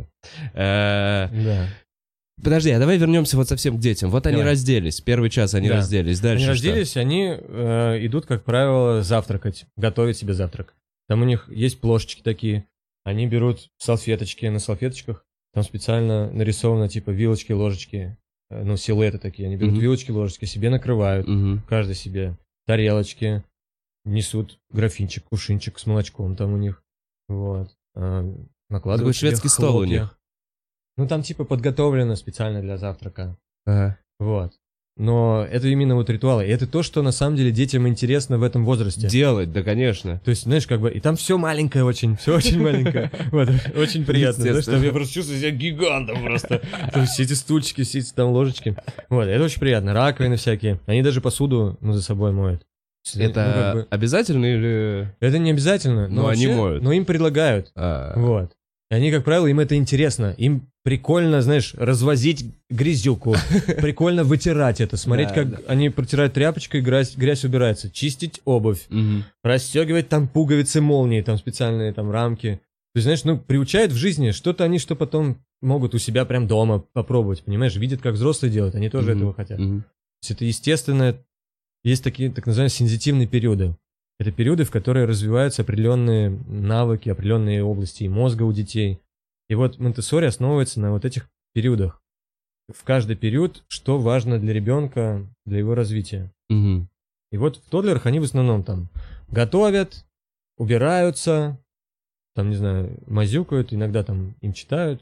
Да. Подожди, а давай вернемся вот совсем к детям. Вот они разделись, первый час они разделись. Дальше они разделись, они идут, как правило, завтракать, готовить себе завтрак. Там у них есть плошечки такие, они берут салфеточки, на салфеточках там специально нарисовано типа вилочки, ложечки, ну, силуэты такие. Они берут вилочки, ложечки, себе накрывают, каждый себе тарелочки, несут графинчик, кувшинчик с молочком там у них, вот. Накладывают такой шведский стол у них. Ну, там типа подготовлено специально для завтрака. Ага. Вот. Но это именно вот ритуалы. И это то, что на самом деле детям интересно в этом возрасте. Делать, да, конечно. То есть, знаешь, как бы, и там все маленькое очень, все очень маленькое. Вот, очень приятно. Знаешь, там я просто чувствую себя гигантом просто. Там все эти стульчики, все эти там ложечки. Вот, это очень приятно. Раковины всякие. Они даже посуду, ну, за собой моют. Это обязательно или... Это не обязательно. Но они моют. Но им предлагают. Вот. И они, как правило, им это интересно. Им прикольно, знаешь, развозить грязюку. Прикольно вытирать это. Смотреть, как они протирают тряпочкой, грязь убирается. Чистить обувь. Расстегивать там пуговицы, молнии, там специальные там рамки. То есть, знаешь, ну, приучают в жизни что-то они, что потом могут у себя прям дома попробовать, понимаешь? Видят, как взрослые делают, они тоже этого хотят. То есть это естественно. Есть такие, так называемые, сензитивные периоды. Это периоды, в которые развиваются определенные навыки, определенные области и мозга у детей. И вот Монтессори основывается на вот этих периодах. В каждый период, что важно для ребенка, для его развития. И вот в тоддлерах они в основном там готовят, убираются, там, не знаю, мазюкают, иногда там им читают.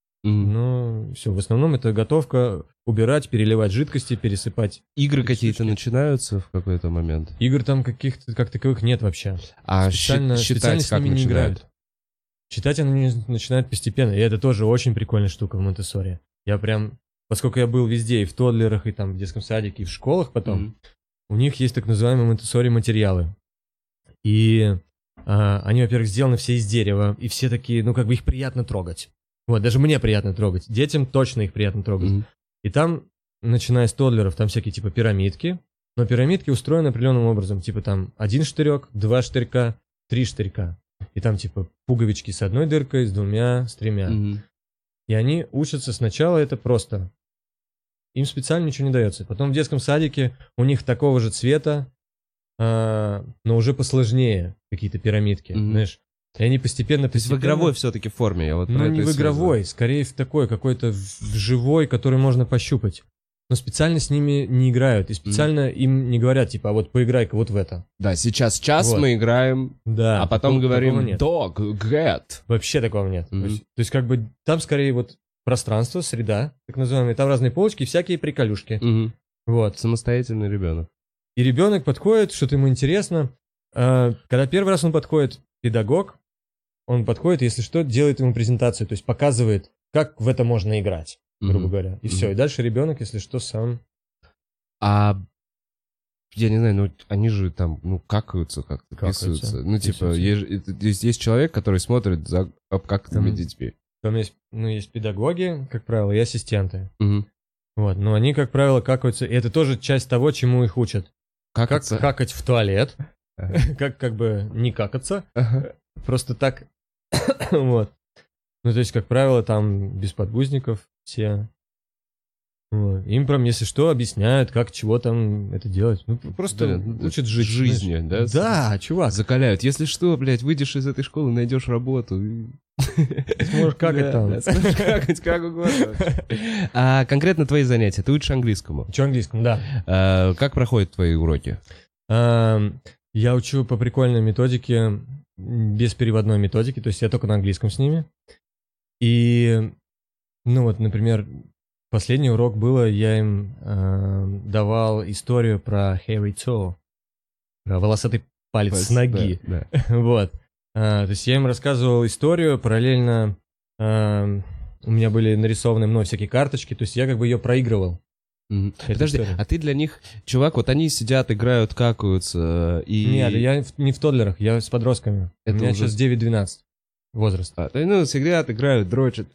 Но все, в основном это готовка, убирать, переливать жидкости, пересыпать. Игры какие-то начинаются в какой-то момент? Игр там каких-то как таковых нет вообще. А считать как начинают? Читать они начинают постепенно, и это тоже очень прикольная штука в Монтессори. Я прям, поскольку я был везде, и в тоддлерах, и там в детском садике, и в школах потом, у них есть так называемые Монтессори материалы. И они, во-первых, сделаны все из дерева, и все такие, ну как бы их приятно трогать. Вот, даже мне приятно трогать. Детям точно их приятно трогать. И там, начиная с тоддлеров, там всякие типа пирамидки. Но пирамидки устроены определенным образом. Типа там 1 штырек, 2 штырька, 3 штырька. И там типа пуговички с 1 дыркой, с 2, с 3. И они учатся сначала это просто. Им специально ничего не дается. Потом в детском садике у них такого же цвета, но уже посложнее какие-то пирамидки. Знаешь? И они постепенно... То есть в игровой все-таки форме. Я вот ну, не в игровой, скорее в такой, какой-то в живой, который можно пощупать. Но специально с ними не играют. И специально им не говорят, типа, а вот поиграй-ка вот в это. Да, сейчас час мы играем, да, а потом говорим dog, cat. Вообще такого нет. То есть как бы там скорее вот пространство, среда, так называемые. Там разные полочки, всякие приколюшки. Вот. Самостоятельный ребенок. И ребенок подходит, что-то ему интересно. Когда первый раз он подходит, педагог, он подходит, если что, делает ему презентацию, то есть показывает, как в это можно играть, грубо говоря. И все. И дальше ребенок, если что, сам... А я не знаю, ну они же там, ну, какаются как-то, писаются. Ну, типа, есть человек, который смотрит за обкаканными детьми. Там есть, ну, есть педагоги, как правило, и ассистенты. Вот, но они, как правило, какаются, и это тоже часть того, чему их учат. Как какать в туалет, как бы не какаться, просто так, вот. Ну, то есть, как правило, там без подгузников все. Вот. Им прям, если что, объясняют, как, чего там это делать. Ну, просто учат жить. Жизни, да? Да, чувак. Закаляют. Если что, блядь, выйдешь из этой школы, найдешь работу. Сможешь какать там. Сможешь какать как угодно. А конкретно твои занятия? Ты учишь английскому? Учу английскому, да. Как проходят твои уроки? Я учу по прикольной методике, без переводной методики, то есть я только на английском с ними. И, ну вот, например, последний урок было, я им давал историю про hairy toe, про волосатый палец с ноги. Да. Вот. То есть я им рассказывал историю, параллельно у меня были нарисованы мной всякие карточки, то есть я как бы ее проигрывал. Подожди, а ты для них, чувак, вот они сидят, играют, какаются и... Нет, я не в тоддлерах, я с подростками. У меня сейчас 9-12 возраст. Ну, сидят, играют, дрочат.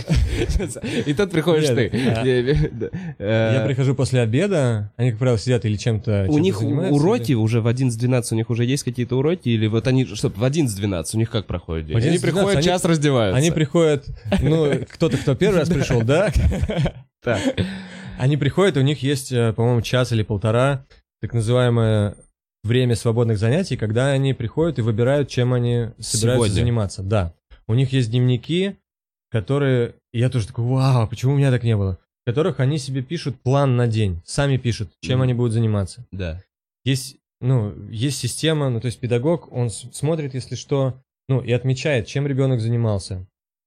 И тут приходишь ты. Я прихожу после обеда, они, как правило, сидят или чем-то у них занимаются. Уроки уже в 11-12, у них уже есть какие-то уроки? Или вот они, что, в 11-12 у них как проходит день? Они приходят, час раздеваются. Они приходят, ну, кто первый раз пришел, да? Так. Они приходят, у них есть, по-моему, час или полтора, так называемое время свободных занятий, когда они приходят и выбирают, чем они собираются заниматься. Да. У них есть дневники, которые... Я тоже такой, вау, почему у меня так не было? В которых они себе пишут план на день, сами пишут, чем они будут заниматься. Да. Есть система, ну, то есть педагог, он смотрит, если что, ну, и отмечает, чем ребенок занимался.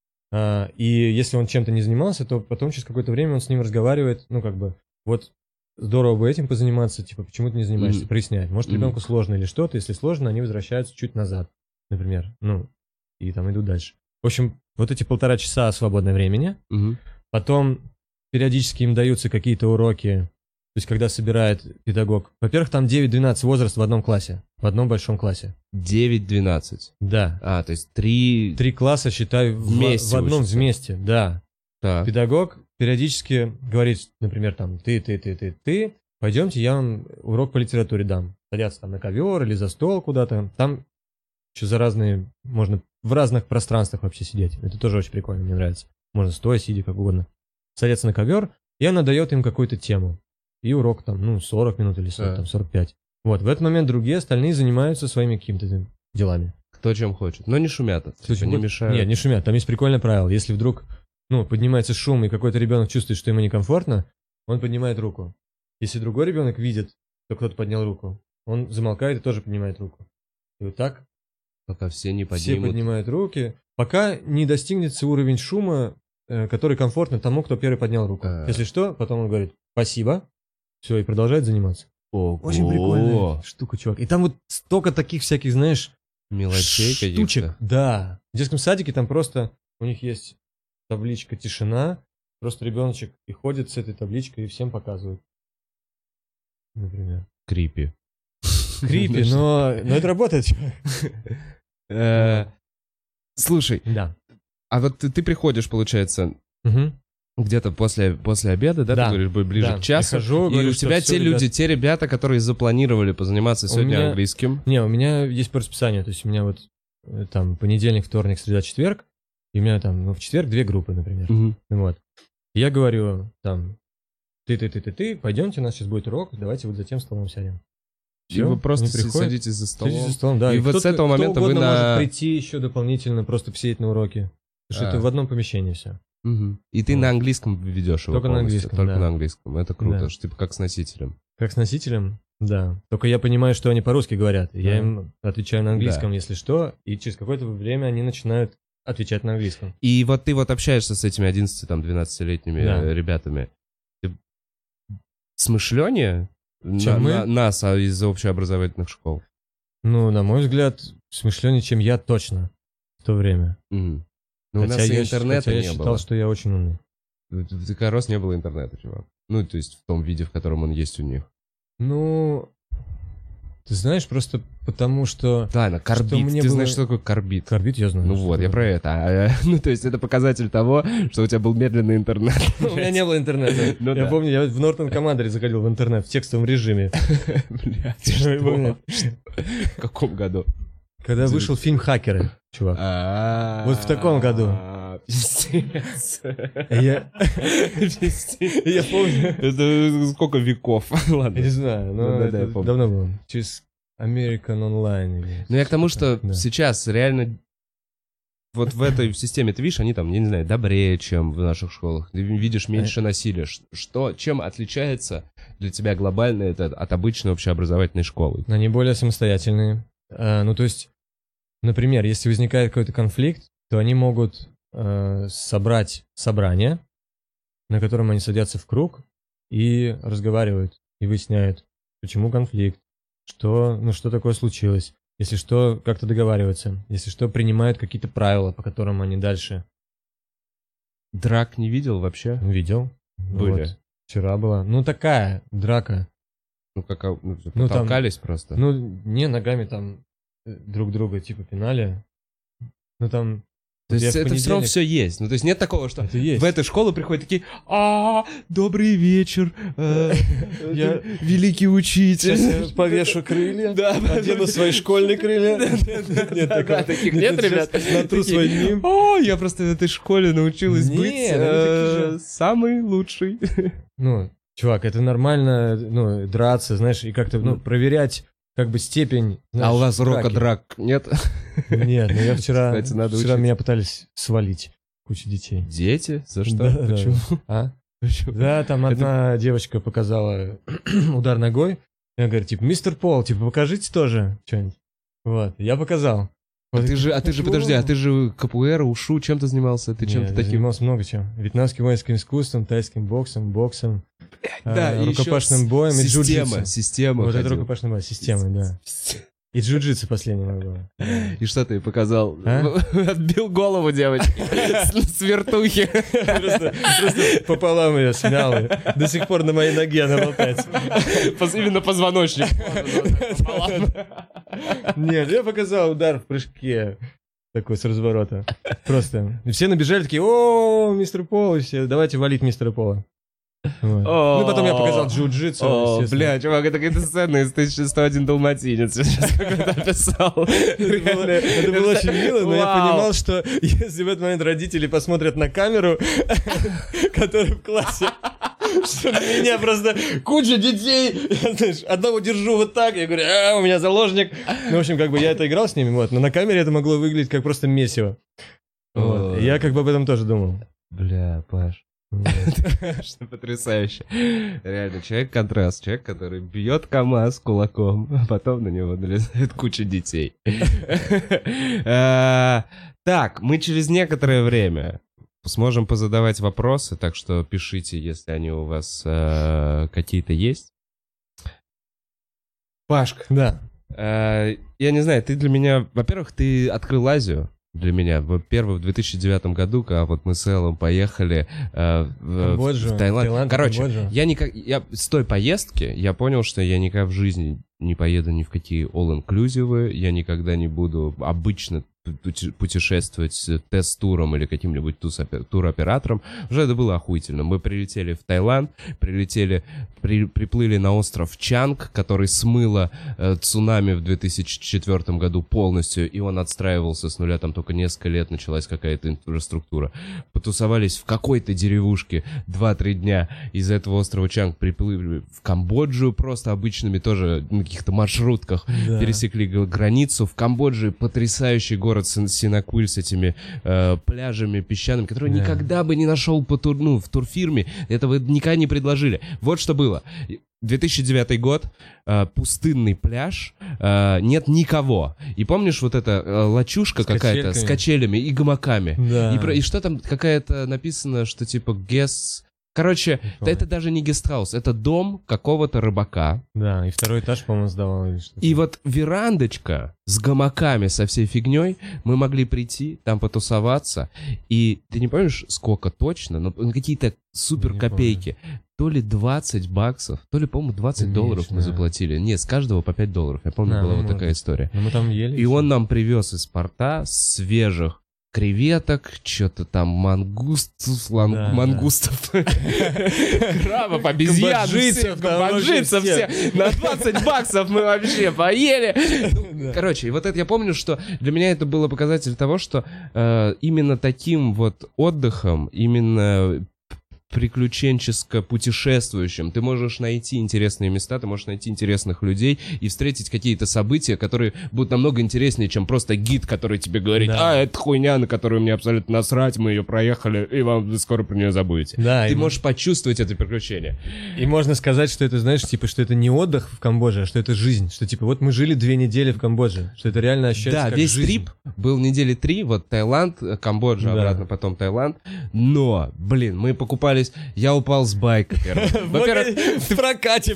И если он чем-то не занимался, то потом через какое-то время он с ним разговаривает, ну, как бы, вот, здорово бы этим позаниматься, типа, почему ты не занимаешься, проясняет. Может, ребенку сложно или что-то, если сложно, они возвращаются чуть назад, например, ну, и там идут дальше. В общем, вот эти 1,5 часа свободного времени, потом периодически им даются какие-то уроки, то есть, когда собирает педагог. Во-первых, там 9-12 возраст в одном классе, в одном большом классе. 9-12? Да. То есть 3 класса, считай, в одном вместе, да. Так. Педагог периодически говорит, например, там, ты, пойдемте, я вам урок по литературе дам. Садятся там на ковер или за стол куда-то. Там еще за разные, можно в разных пространствах вообще сидеть. Это тоже очень прикольно, мне нравится. Можно стоя, сидя, как угодно. Садятся на ковер, и она дает им какую-то тему. И урок там, ну, 40 минут или 45. Вот, в этот момент другие остальные занимаются своими какими-то делами. Кто чем хочет, но не шумят. Не мешают. Нет, не шумят. Там есть прикольное правило. Если вдруг, ну, поднимается шум, и какой-то ребенок чувствует, что ему некомфортно, он поднимает руку. Если другой ребенок видит, что кто-то поднял руку, он замолкает и тоже поднимает руку. И вот так. Пока все не поднимут. Все поднимают руки. Пока не достигнется уровень шума, который комфортно тому, кто первый поднял руку. Если что, потом он говорит «спасибо». Все, и продолжает заниматься. Очень прикольная штука, чувак. И там вот столько таких всяких, знаешь, мелочей штучек. Да. В детском садике там просто у них есть табличка «Тишина». Просто ребеночек и ходит с этой табличкой и всем показывает. Например. Крипи, но это работает. Слушай, да. А вот ты приходишь, получается, где-то после обеда, да, ты говоришь, ближе к часу, прихожу, и говорю, у тебя те люди, те ребята, которые запланировали позаниматься сегодня английским. Не, у меня есть по расписанию, то есть у меня вот там понедельник, вторник, среда, четверг, и у меня там, ну, в четверг 2 группы, например. Вот. Я говорю, там, ты, пойдемте, у нас сейчас будет урок, давайте вот за тем столом сядем. Все, и вы просто садитесь за столом. Садитесь за столом, да. И вот с этого момента вы может прийти еще дополнительно, просто посидеть на уроке. Потому что это в одном помещении все. И ты на английском ведешь его? Только на английском, Только на английском. Это круто, что типа как с носителем. Как с носителем, да. Только я понимаю, что они по-русски говорят. Я им отвечаю на английском, если что, и через какое-то время они начинают отвечать на английском. И вот ты вот общаешься с этими 11-12-летними ребятами. Ты смышленнее нас из общеобразовательных школ? Ну, на мой взгляд, смышленнее, чем я точно в то время. Ну, у нас и интернета не было. Я считал, что я очень умный. В ДК Рос не было интернета, чувак. Ну, то есть в том виде, в котором он есть у них. Ну, ты знаешь, просто потому что... Ладно, карбид. Ты знаешь, что такое карбид? Карбид я знаю. Ну вот, я про это. Ну, то есть это показатель того, что у тебя был медленный интернет. У меня не было интернета. Я помню, я в Norton Commander заходил в интернет в текстовом режиме. Блядь, что? В каком году? Когда вышел фильм «Хакеры», чувак. Вот в таком году. Пиздец. Я помню. Это сколько веков? Ладно. Я не знаю, но это давно было. Через American Online. Ну я к тому, что сейчас реально вот в этой системе, ты видишь, они там, я не знаю, добрее, чем в наших школах. Ты видишь меньше насилия. Чем отличается для тебя глобально это от обычной общеобразовательной школы? Они более самостоятельные. Ну то есть, например, если возникает какой-то конфликт, то они могут собрать собрание, на котором они садятся в круг и разговаривают, и выясняют, почему конфликт, что такое случилось, если что, как-то договариваются, если что, принимают какие-то правила, по которым они дальше. Драк не видел вообще? Видел. Были. Вот. Вчера была. Ну, такая драка. Ну, как, потолкались там, просто? Ну, не, ногами там друг друга типа пинали. Ну, там... То есть это все равно все есть. Ну, то есть нет такого, что в эту школу приходят такие: добрый вечер, я великий учитель. Сейчас я повешу крылья, одену свои школьные крылья. Нет, таких нет, ребят. Натру свой ним. Я просто в этой школе научилась быть самый лучший. Ну, чувак, это нормально, драться, знаешь, и как-то, проверять как бы степень. А у вас урока драк нет? Нет, но я вчера меня пытались свалить куча детей. Дети? За что? Почему? Да, там одна девочка показала удар ногой. Я говорю, типа, мистер Пол, типа, покажите тоже что-нибудь. Вот, я показал. Ты же, подожди, ты же капуэра, ушу, чем ты занимался? Ты чем-то таким? Я занимался много чем. Вьетнамским воинским искусством, тайским боксом, рукопашным боем и джиу-джитсу. Система. Вот это рукопашный бой, система, да. И джиу-джитсу последнего было. И что ты показал? Отбил голову девочки с вертухи. Просто пополам ее смял. До сих пор на моей ноге она болтается. Именно позвоночник. Нет, я показал удар в прыжке. Такой с разворота. Просто. И все набежали такие: о, мистер Пол, и все, давайте валить мистера Пола. Вот. Ну, потом я показал джиу-джитсу. Бля, чувак, это какая-то сцена из 1101 Далматинец. Сейчас как-то описал. Это было очень мило, но я понимал, что если в этот момент родители посмотрят на камеру, которая в классе, что на меня просто куча детей, знаешь, одного держу вот так, я говорю, у меня заложник. Ну, в общем, как бы я это играл с ними, вот, но на камере это могло выглядеть как просто месиво. Вот. Я как бы об этом тоже думал. Бля, Паш. Что потрясающе. Реально, человек-контраст. Человек, который бьет КамАЗ кулаком, а потом на него налезает куча детей. Так, мы через некоторое время сможем позадавать вопросы, так что пишите, если они у вас какие-то есть. Пашка. Да. Я не знаю, ты для меня... Во-первых, ты открыл Азию. Для меня. Первый в 2009 году, когда вот мы с Эллом поехали в Таиланд. Короче, я с той поездки я понял, что я никогда в жизни не поеду ни в какие all-inclusive, я никогда не буду обычно путешествовать с тест-туром или каким-нибудь туроператором. Уже это было охуительно. Мы прилетели в Таиланд, приплыли на остров Чанг, который смыло цунами в 2004 году полностью, и он отстраивался с нуля, там только несколько лет началась какая-то инфраструктура. Потусовались в какой-то деревушке 2-3 дня. Из этого острова Чанг приплыли в Камбоджу просто обычными тоже на каких-то маршрутках. Да. Пересекли границу. В Камбодже потрясающий город Синаквиль с этими пляжами песчаными, которые никогда бы не нашел в турфирме. Этого никогда не предложили. Вот что было. 2009 год, пустынный пляж, нет никого. И помнишь вот эта лачушка какая-то с качелями и гамаками? Да. И что там какая-то написано, что типа guests Короче, это даже не гестхаус, это дом какого-то рыбака. Да, и второй этаж, по-моему, сдавал. Или что-то. И вот верандочка с гамаками, со всей фигней, мы могли прийти, там потусоваться. И ты не помнишь, сколько точно, но какие-то супер копейки. То ли $20, то ли, по-моему, $20 мы заплатили. Нет, с каждого по $5. Я помню, была вот такая история. Мы там ели. И он нам привез из порта свежих креветок, что-то там мангустов, крабов, обезьян, кабаджицев, все. На $20 мы вообще поели. Короче, и вот это я помню, что для меня это было показатель того, что именно таким вот отдыхом, именно приключенческо-путешествующим. Ты можешь найти интересные места, ты можешь найти интересных людей и встретить какие-то события, которые будут намного интереснее, чем просто гид, который тебе говорит, это хуйня, на которую мне абсолютно насрать, мы ее проехали, и вы скоро про нее забудете. Да, ты можешь почувствовать это приключение. И можно сказать, что это, знаешь, типа, что это не отдых в Камбодже, а что это жизнь. Что, типа, вот мы жили 2 недели в Камбодже, что это реально ощущается как жизнь. Да, весь трип был недели 3, вот Таиланд, Камбоджа, обратно потом Таиланд. Но, блин, мы покупали. Я упал с байка первый. Во-первых, в прокате.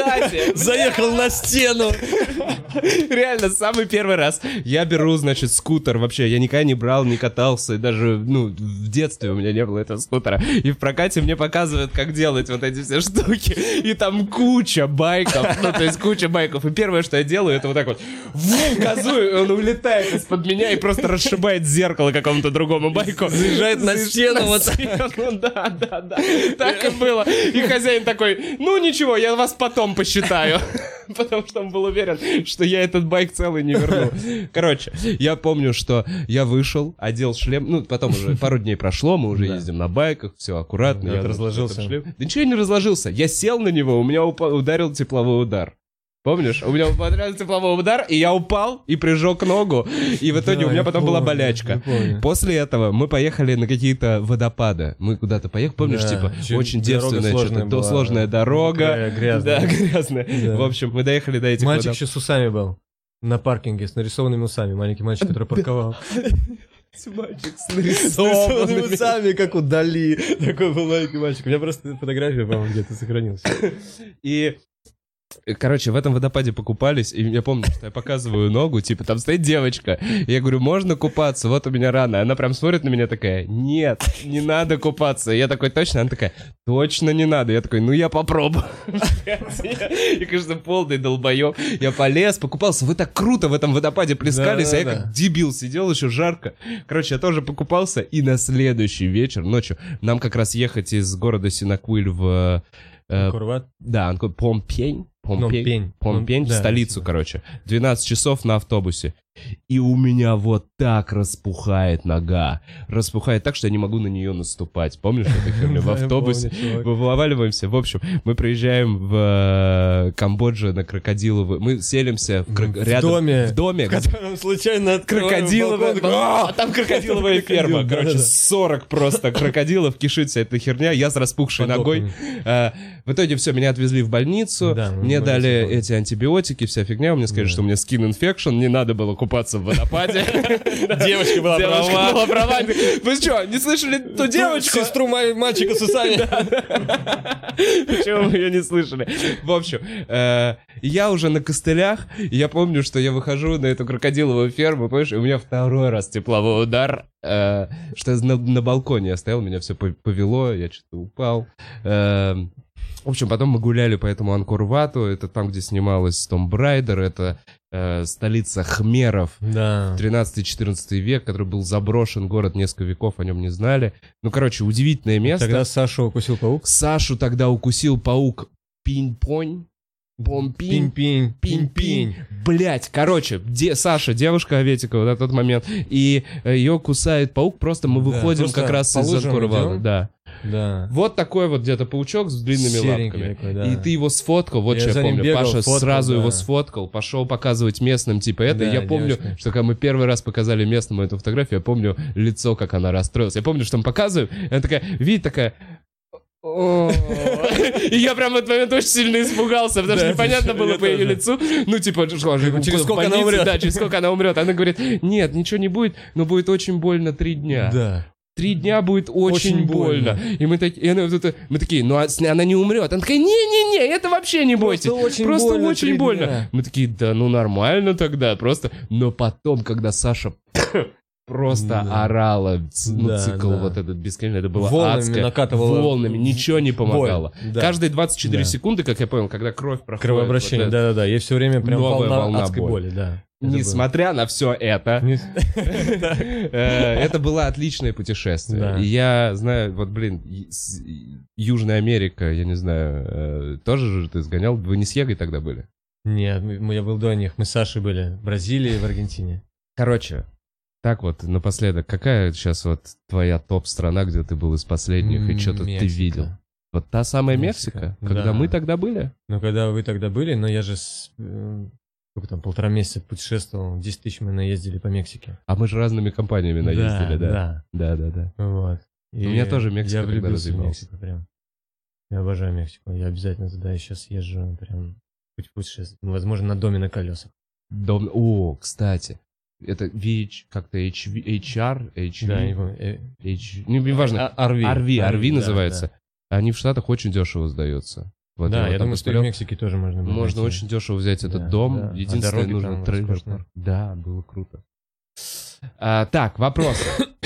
Заехал на стену. Реально, самый первый раз. Я беру, значит, скутер. Вообще, я никогда не брал, не катался. Даже, в детстве у меня не было этого скутера. И в прокате мне показывают, как делать вот эти все штуки. И там куча байков. То есть куча байков. И первое, что я делаю, это вот так вот. Газую, и он улетает из-под меня и просто расшибает зеркало какому-то другому байку. Заезжает на стену. Да. Так и было. И хозяин такой, ничего, я вас потом посчитаю. Потому что он был уверен, что я этот байк целый не верну. Короче, я помню, что я вышел, одел шлем. Потом уже пару дней прошло, мы уже ездим на байках, все аккуратно. Я разложился. Да ничего я не разложился. Я сел на него, у меня ударил тепловой удар. Помнишь? У меня ударил тепловой удар, и я упал и прижег ногу. И в итоге у меня потом была болячка. После этого мы поехали на какие-то водопады. Мы куда-то поехали, помнишь, очень девственная, что-то сложная дорога. Грязная. Да, грязная. В общем, мы доехали до этих водопадов. Мальчик еще с усами был. На паркинге с нарисованными усами. Маленький мальчик, который парковал. Мальчик с нарисованными усами, как у Дали. Такой был маленький мальчик. У меня просто фотография, по-моему, где-то сохранилась. И... Короче, в этом водопаде покупались, и я помню, что я показываю ногу, типа, там стоит девочка, и я говорю, можно купаться, вот у меня рана. Она прям смотрит на меня такая, нет, не надо купаться. Я такой, точно? Она такая, точно не надо. Я такой, я попробую. И, конечно, полный долбоёб. Я полез, покупался. Вы так круто в этом водопаде плескались, а я как дебил сидел, еще жарко. Короче, я тоже покупался, и на следующий вечер, ночью, нам как раз ехать из города Синакуиль в... Анкор-Ват? Да, Помпень, в столицу, короче. 12 часов на автобусе. И у меня вот так распухает нога. Распухает так, что я не могу на нее наступать. Помнишь эту херню? В автобусе вываливаемся. В общем, мы приезжаем в Камбоджу на Крокодиловую. Мы селимся рядом. В доме. В котором случайно Крокодиловая. А там крокодиловая ферма. Короче, 40 просто крокодилов, кишит вся эта херня. Я с распухшей ногой. В итоге все, меня отвезли в больницу. Мне дали эти антибиотики, вся фигня. Мне сказали, что у меня skin infection. Не надо было купаться в водопаде. Девочка была права. Вы что, не слышали ту девочку? Сестру мальчика с усами. Почему мы ее не слышали? В общем, я уже на костылях, и я помню, что я выхожу на эту крокодиловую ферму, понимаешь, и у меня второй раз тепловой удар, что я на балконе я стоял, меня все повело, я что-то упал. В общем, потом мы гуляли по этому Анкор-Вату, это там, где снималась Том Брайдер, это столица Хмеров, 13-14 век, который был заброшен, город несколько веков, о нем не знали. Короче, удивительное место. Тогда Сашу укусил паук? Сашу тогда укусил паук Пинь-Понь. Пинь-пинь. Блять, короче, Саша, девушка Аветикова на тот момент, и ее кусает паук, просто мы выходим как раз из Анкор-Вата. Да. Вот такой вот где-то паучок с длинными лапками. Такой, и ты его сфоткал, вот что я помню. Бегал, Паша сразу его сфоткал, пошел показывать местным, типа это. И я помню, что когда мы первый раз показали местному эту фотографию, я помню лицо, как она расстроилась. Я помню, что мы показываем, и она такая, видит, такая... И я прям в этот момент очень сильно испугался, потому что непонятно было по ее лицу. Через сколько она умрет. Да, через сколько она умрет. Она говорит, нет, ничего не будет, но будет очень больно 3 дня. Да. 3 дня будет очень больно. И мы такие, ну она не умрет. Она такая, не-не-не, это вообще не бойтесь. Просто очень больно. Мы такие, да ну нормально тогда, просто. Но потом, когда Саша просто орала, цикл вот этот бесконечный, это было адское. Волнами, ничего не помогало. Каждые 24 секунды, как я понял, когда кровь проходит. Кровообращение, да-да-да, ей все время прям волна адской боли, да. Несмотря на все это, это было отличное путешествие. И я знаю, вот, блин, Южная Америка, я не знаю, тоже же ты сгонял? Вы не с Егой тогда были? Нет, я был до них, мы с Сашей были в Бразилии и в Аргентине. Короче, так вот, напоследок, какая сейчас вот твоя топ-страна, где ты был из последних, и что-то ты видел? Вот та самая Мексика? Когда мы тогда были? Ну, когда вы тогда были, но я же... Сколько там, 1,5 месяца путешествовал, 10 тысяч мы наездили по Мексике. А мы же разными компаниями наездили, да? Да. Вот. И у меня тоже Мексика тогда развивался. Я влюбился в Мексику прям. Я обожаю Мексику. Я обязательно туда еще съезжу прям путешествовать. Возможно, на доме на колесах. О, кстати. Это как-то HR? Да, не помню. Неважно. RV называется. Они в Штатах очень дешево сдаются. Вот да, я думаю, что и в Мексике тоже можно было. Можно очень дешево взять этот дом. Единственное, нужно трейлер. Да, было круто. Так, вопрос.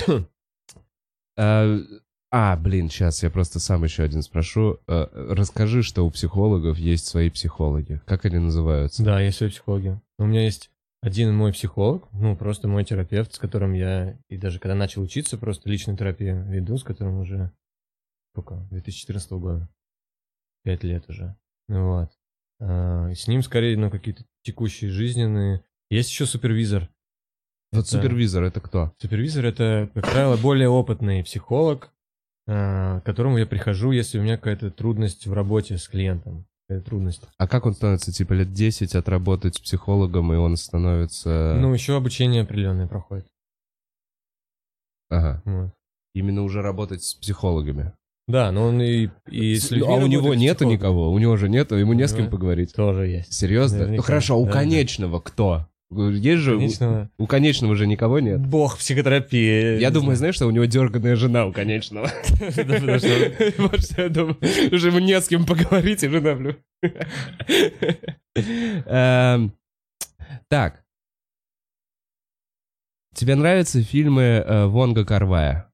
Блин, сейчас я просто сам еще один спрошу. Расскажи, что у психологов есть свои психологи. Как они называются? Да, есть свои психологи. У меня есть один мой психолог, ну, просто мой терапевт, с которым я, и даже когда начал учиться, просто личную терапию веду, с которым уже, сколько, 2014 года. 5 лет уже. Вот. С ним скорее, ну, какие-то текущие жизненные. Есть еще супервизор. Вот супервизор это кто? Супервизор это, как правило, более опытный психолог, к которому я прихожу, если у меня какая-то трудность в работе с клиентом. Трудность. А как он становится, типа, лет 10 отработать с психологом, и он становится... Ну, еще обучение определенное проходит. Ага. Вот. Именно уже работать с психологами. Да, но он и с людьми. А у него нету никого, у него же нету, ему не с кем поговорить. Тоже есть. Серьезно? Наверняка. Ну хорошо, у конечного кто? Есть же, у конечного же никого нет. Бог психотерапии. Я думаю, знаешь, что у него дерганая жена у конечного. Вот что я думаю. Уже ему не с кем поговорить, и жена, блю. Так. Тебе нравятся фильмы Вонга Кар-вая?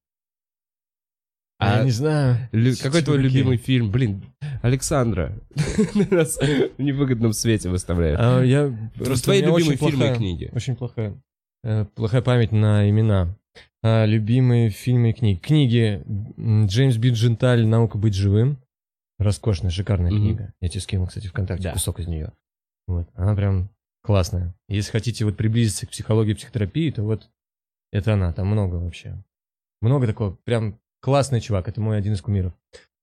Я не знаю. Какой твой любимый фильм? Блин, Александра нас в невыгодном свете выставляет. Твои любимые фильмы и книги. Очень плохая память на имена. Любимые фильмы и книги. Книги Джеймс Бидженталь «Наука быть живым». Роскошная, шикарная книга. Я тебе скинул, кстати, ВКонтакте кусок из нее. Вот. Она прям классная. Если хотите вот приблизиться к психологии и психотерапии, то вот это она. Там много вообще. Много такого прям... Классный чувак, это мой один из кумиров.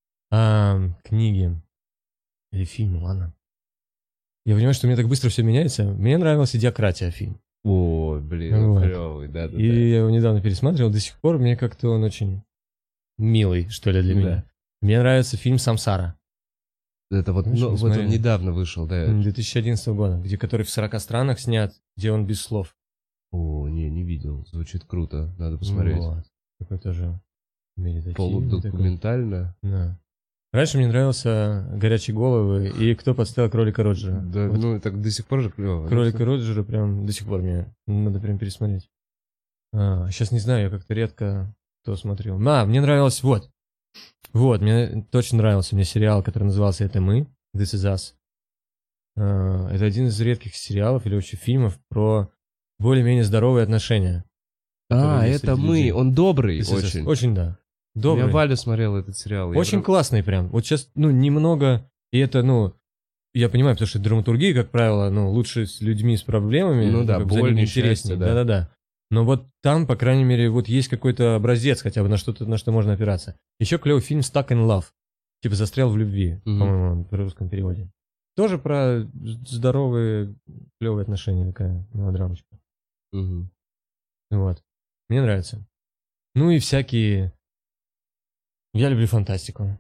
Книги или фильмы, ладно. Я понимаю, что у меня так быстро все меняется. Мне нравилась «Идиократия» фильм. О, блин, вот. Клевый, да. И я его недавно пересматривал, до сих пор мне как-то он очень милый, что ли, для меня. Мне нравится фильм «Самсара». Это вот, вот он недавно вышел, да? 2011 года, который в 40 странах снят, где он без слов. О, не видел, звучит круто, надо посмотреть. Вот, такой тоже... Полудокументально. Да. Раньше мне нравился «Горячие головы» и «Кто подставил кролика Роджера». Да, вот. Ну, так до сих пор же клево. Кролика Роджера прям до сих пор мне надо прям пересмотреть. Сейчас не знаю, я как-то редко то смотрел. Мне нравилось, вот, мне точно нравился мне сериал, который назывался «Это мы», «This is us». Это один из редких сериалов или вообще фильмов про более-менее здоровые отношения. Это мы, он добрый очень. Очень, да. Добрый. Я Валя смотрел этот сериал. Очень классный прям. Вот сейчас, немного, и это, я понимаю, потому что драматургия, как правило, лучше с людьми с проблемами. Ну да, боль, интереснее. Да. Но вот там, по крайней мере, вот есть какой-то образец хотя бы, на что можно опираться. Еще клевый фильм «Stuck in Love». Типа «Застрял в любви», по-моему, в русском переводе. Тоже про здоровые, клевые отношения, такая мелодрамочка. Вот. Мне нравится. Ну и всякие... Я люблю фантастику.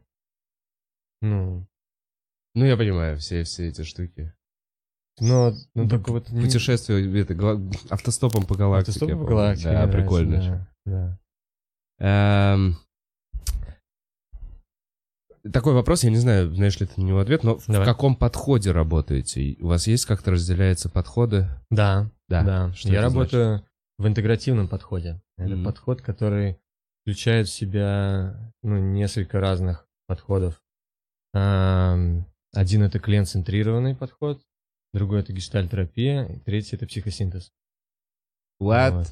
Ну, я понимаю, все эти штуки. Но только вот... Путешествие автостопом по галактике. Автостопом по галактике. Да, прикольно. Да. Такой вопрос, я не знаю, знаешь ли ты на него ответ, но Давай. в каком подходе работаете? У вас есть как-то разделяются подходы? Да. Что Я это работаю в интегративном подходе. Это Мгм. подход, который включает в себя несколько разных подходов. Один — это клиент-центрированный подход, другой — это гештальт-терапия, и третий — это психосинтез. What? Вот.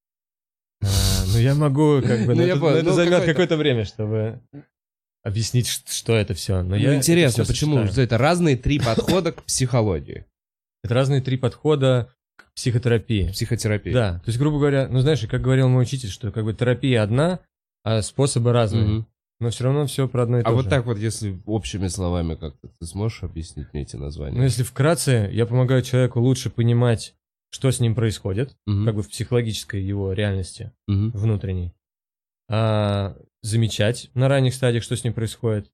Я могу, как бы, Ну, но я это понял. Ну, займет какой-то- какое-то время, чтобы объяснить, что это все. Но я Интересно, это всё почему? сочетаю. Что это разные 3 подхода к психологии, Это разные 3 подхода к психотерапии. к психотерапии. Да, то есть, грубо говоря, знаешь, как говорил мой учитель, что как бы терапия одна, а способы разные. Мгм. Но все равно все про одно и то А же. вот так вот, если общими словами как-то, ты сможешь объяснить мне эти названия? Ну, если вкратце, я помогаю человеку лучше понимать, что с ним происходит, Мгм. как бы в психологической его реальности Мгм. внутренней. Замечать на ранних стадиях, что с ним происходит.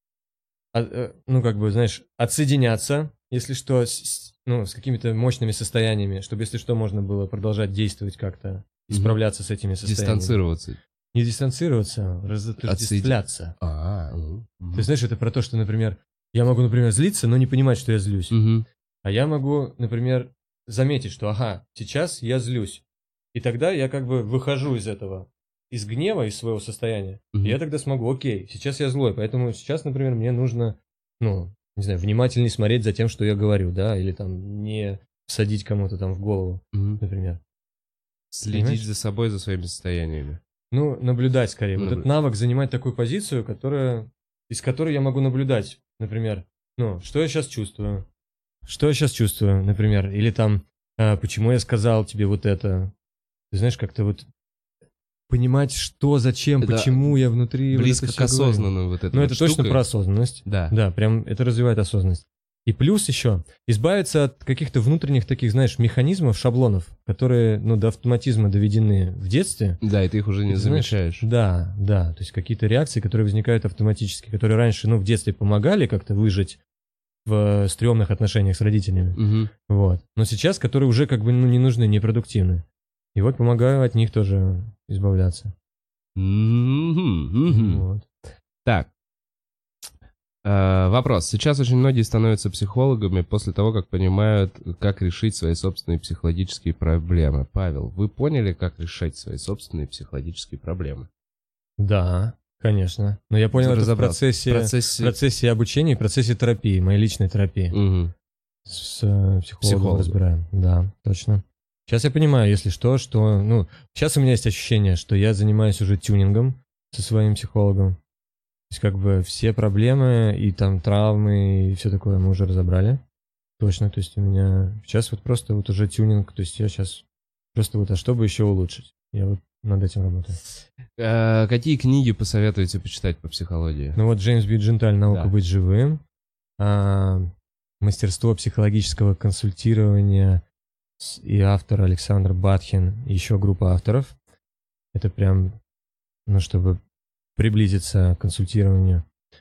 Как бы, знаешь, отсоединяться, если что, с какими-то мощными состояниями, чтобы, если что, можно было продолжать действовать как-то и Мгм. справляться с этими состояниями. Дистанцироваться. Не дистанцироваться, разотождествляться. Ну. То есть, знаешь, это про то, что, например, я могу, например, злиться, но не понимать, что я злюсь. Мгм. А я могу, например, заметить, что, сейчас я злюсь. И тогда я как бы выхожу из этого, из гнева, из своего состояния. Мгм. И я тогда смогу, окей, сейчас я злой, поэтому сейчас, например, мне нужно, не знаю, внимательнее смотреть за тем, что я говорю, да, или там не всадить кому-то там в голову, Мгм. например. Следить Понимаешь? за собой, за своими состояниями. Наблюдать скорее. Вот Наблюдать. этот навык занимать такую позицию, из которой я могу наблюдать, например, что я сейчас чувствую. Что я сейчас чувствую, например, или там, почему я сказал тебе вот это. Ты знаешь, как-то вот понимать, что, зачем, Это почему я внутри. Близко вот это к всё говорю. осознанному вот этой Ну, вот это точно штукой. про осознанность. Да. Да, прям это развивает осознанность. И плюс еще избавиться от каких-то внутренних таких, знаешь, механизмов, шаблонов, которые, до автоматизма доведены в детстве. Да, и ты их уже не Ты знаешь, замечаешь. Да, то есть какие-то реакции, которые возникают автоматически, которые раньше, в детстве помогали как-то выжить в стрёмных отношениях с родителями. Мгм. Вот. Но сейчас, которые уже как бы не нужны, непродуктивны. И вот помогаю от них тоже избавляться. Мгм. Мгм. Вот. Так. Вопрос. Сейчас очень многие становятся психологами после того, как понимают, как решить свои собственные психологические проблемы. Павел, вы поняли, как решать свои собственные психологические проблемы? Да, конечно. Но я понял это в Разобрался. процессе обучения и в процессе терапии, моей личной терапии. Мгм. С психологом Психологом. разбираем. Да, точно. Сейчас я понимаю, если что, сейчас у меня есть ощущение, что я занимаюсь уже тюнингом со своим психологом. То есть как бы все проблемы и там травмы и все такое мы уже разобрали. Точно, то есть у меня сейчас вот просто вот уже тюнинг, то есть я сейчас просто вот, что бы еще улучшить? Я вот над этим работаю. Какие книги посоветуете почитать по психологии? Джеймс Би Дженталь «Наука Да. быть живым», «Мастерство психологического консультирования» и автор Александр Батхин, и еще группа авторов. Это прям, чтобы приблизиться к консультированию.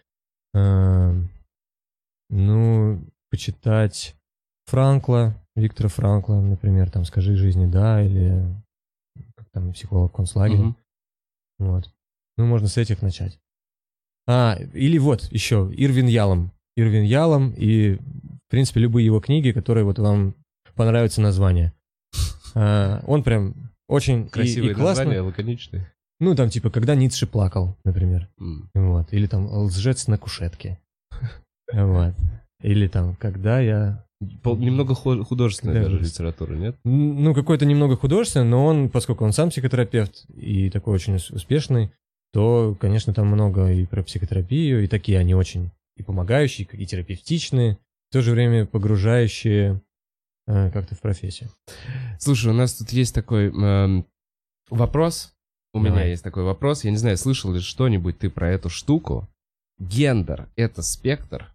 Почитать Виктора Франкла, например, там «Скажи жизни да», или как там психолог в концлагере. Мгм. Вот. Можно с этих начать. Или вот еще Ирвин Ялом. И, в принципе, любые его книги, которые вот вам понравятся названия. Он прям очень Красивые и классно. названия, лаконичные. Там типа «Когда Ницше плакал», например. М. Вот. Или там «Лжец на кушетке». Вот. Или там «Когда я...» Немного художественная Да, даже да. литература, нет? Какой-то немного художественный, но поскольку он сам психотерапевт и такой очень успешный, то, конечно, там много и про психотерапию, и такие они очень и помогающие, и терапевтичные, в то же время погружающие как-то в профессию. Слушай, у нас тут есть такой вопрос. У меня Давай. есть такой вопрос. Я не знаю, слышал ли что-нибудь ты про эту штуку. Гендер — это спектр?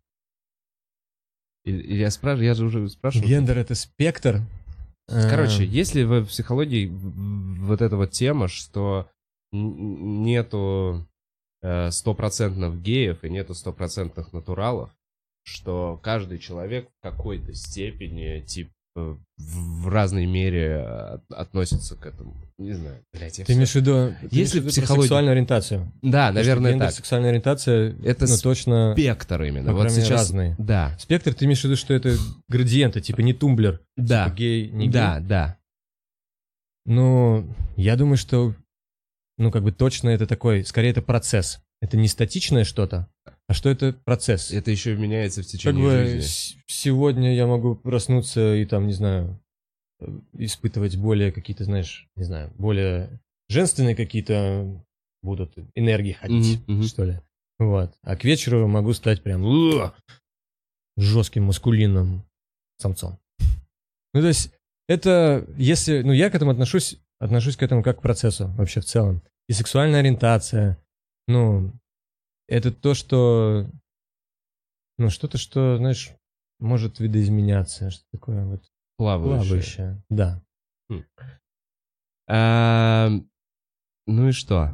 И я же уже спрашивал. Гендер — это спектр. Короче, есть ли в психологии вот эта вот тема, что нету 100% геев и нету 100% натуралов, что каждый человек в какой-то степени в разной мере относятся к этому. Не знаю, блядь, я Ты имеешь в виду, Если про психология- сексуальную ориентацию? Да, наверное, Гендер, так. сексуальная ориентация, Это точно... Спектр именно. по Вот крайней мере, сейчас... разные. Да, Спектр, ты имеешь в виду, что это градиенты, типа не тумблер, да, типа гей, не гей? да. Ну, я думаю, что, как бы точно это такой, скорее это процесс. Это не статичное что-то, а что это процесс. Это еще меняется в Как течение бы жизни. сегодня я могу проснуться и там, не знаю, испытывать более какие-то, знаешь, не знаю, более женственные какие-то будут энергии ходить, Мгм, мгм. что ли. Вот. А к вечеру могу стать прям жестким, маскулинным самцом. Ну, то есть, это, если, я к этому отношусь к этому как к процессу вообще в целом. И сексуальная ориентация, это то, что, что-то, что, знаешь, может видоизменяться, что такое вот плавающее. Да. Ну и что?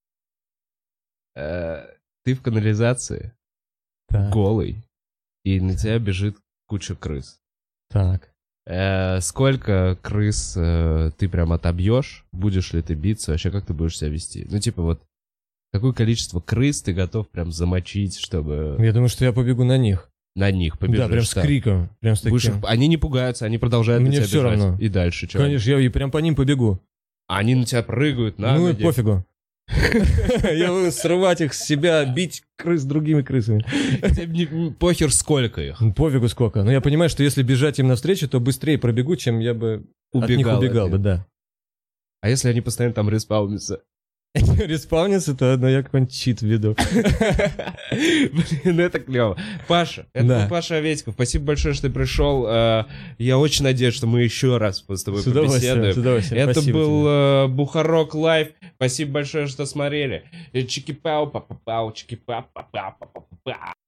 Ты в канализации, Так. голый, и на тебя бежит куча крыс. Так. Сколько крыс ты прям отобьешь? Будешь ли ты биться? Вообще, как ты будешь себя вести? Ну, типа вот, какое количество крыс ты готов прям замочить, чтобы Я думаю, что я побегу на них. на них побежишь? Да, прям с криком. Прям с Будешь таким. их- Они не пугаются, они продолжают Мне на тебя всё бежать. равно. И дальше что? Конечно, я и прям по ним побегу. Они на тебя прыгают на Ну и ноги. пофигу. Я буду срывать их с себя, бить крыс другими крысами. Тебе похер сколько их. Пофигу сколько. Но я понимаю, что если бежать им навстречу, то быстрее пробегу, чем я бы от них убегал бы, да. А если они постоянно там респаунятся? Респаунится, то я какой-нибудь чит введу. Блин, это клево. Паша, это Да. был Паша Аветиков. Спасибо большое, что ты пришел. Я очень надеюсь, что мы еще раз с тобой С удовольствием, побеседуем. с удовольствием. Это Спасибо был тебе. Бухарок Лайв. Спасибо большое, что смотрели. Чики-пау, па-па-пау, чики-па-па-па-па-па-па.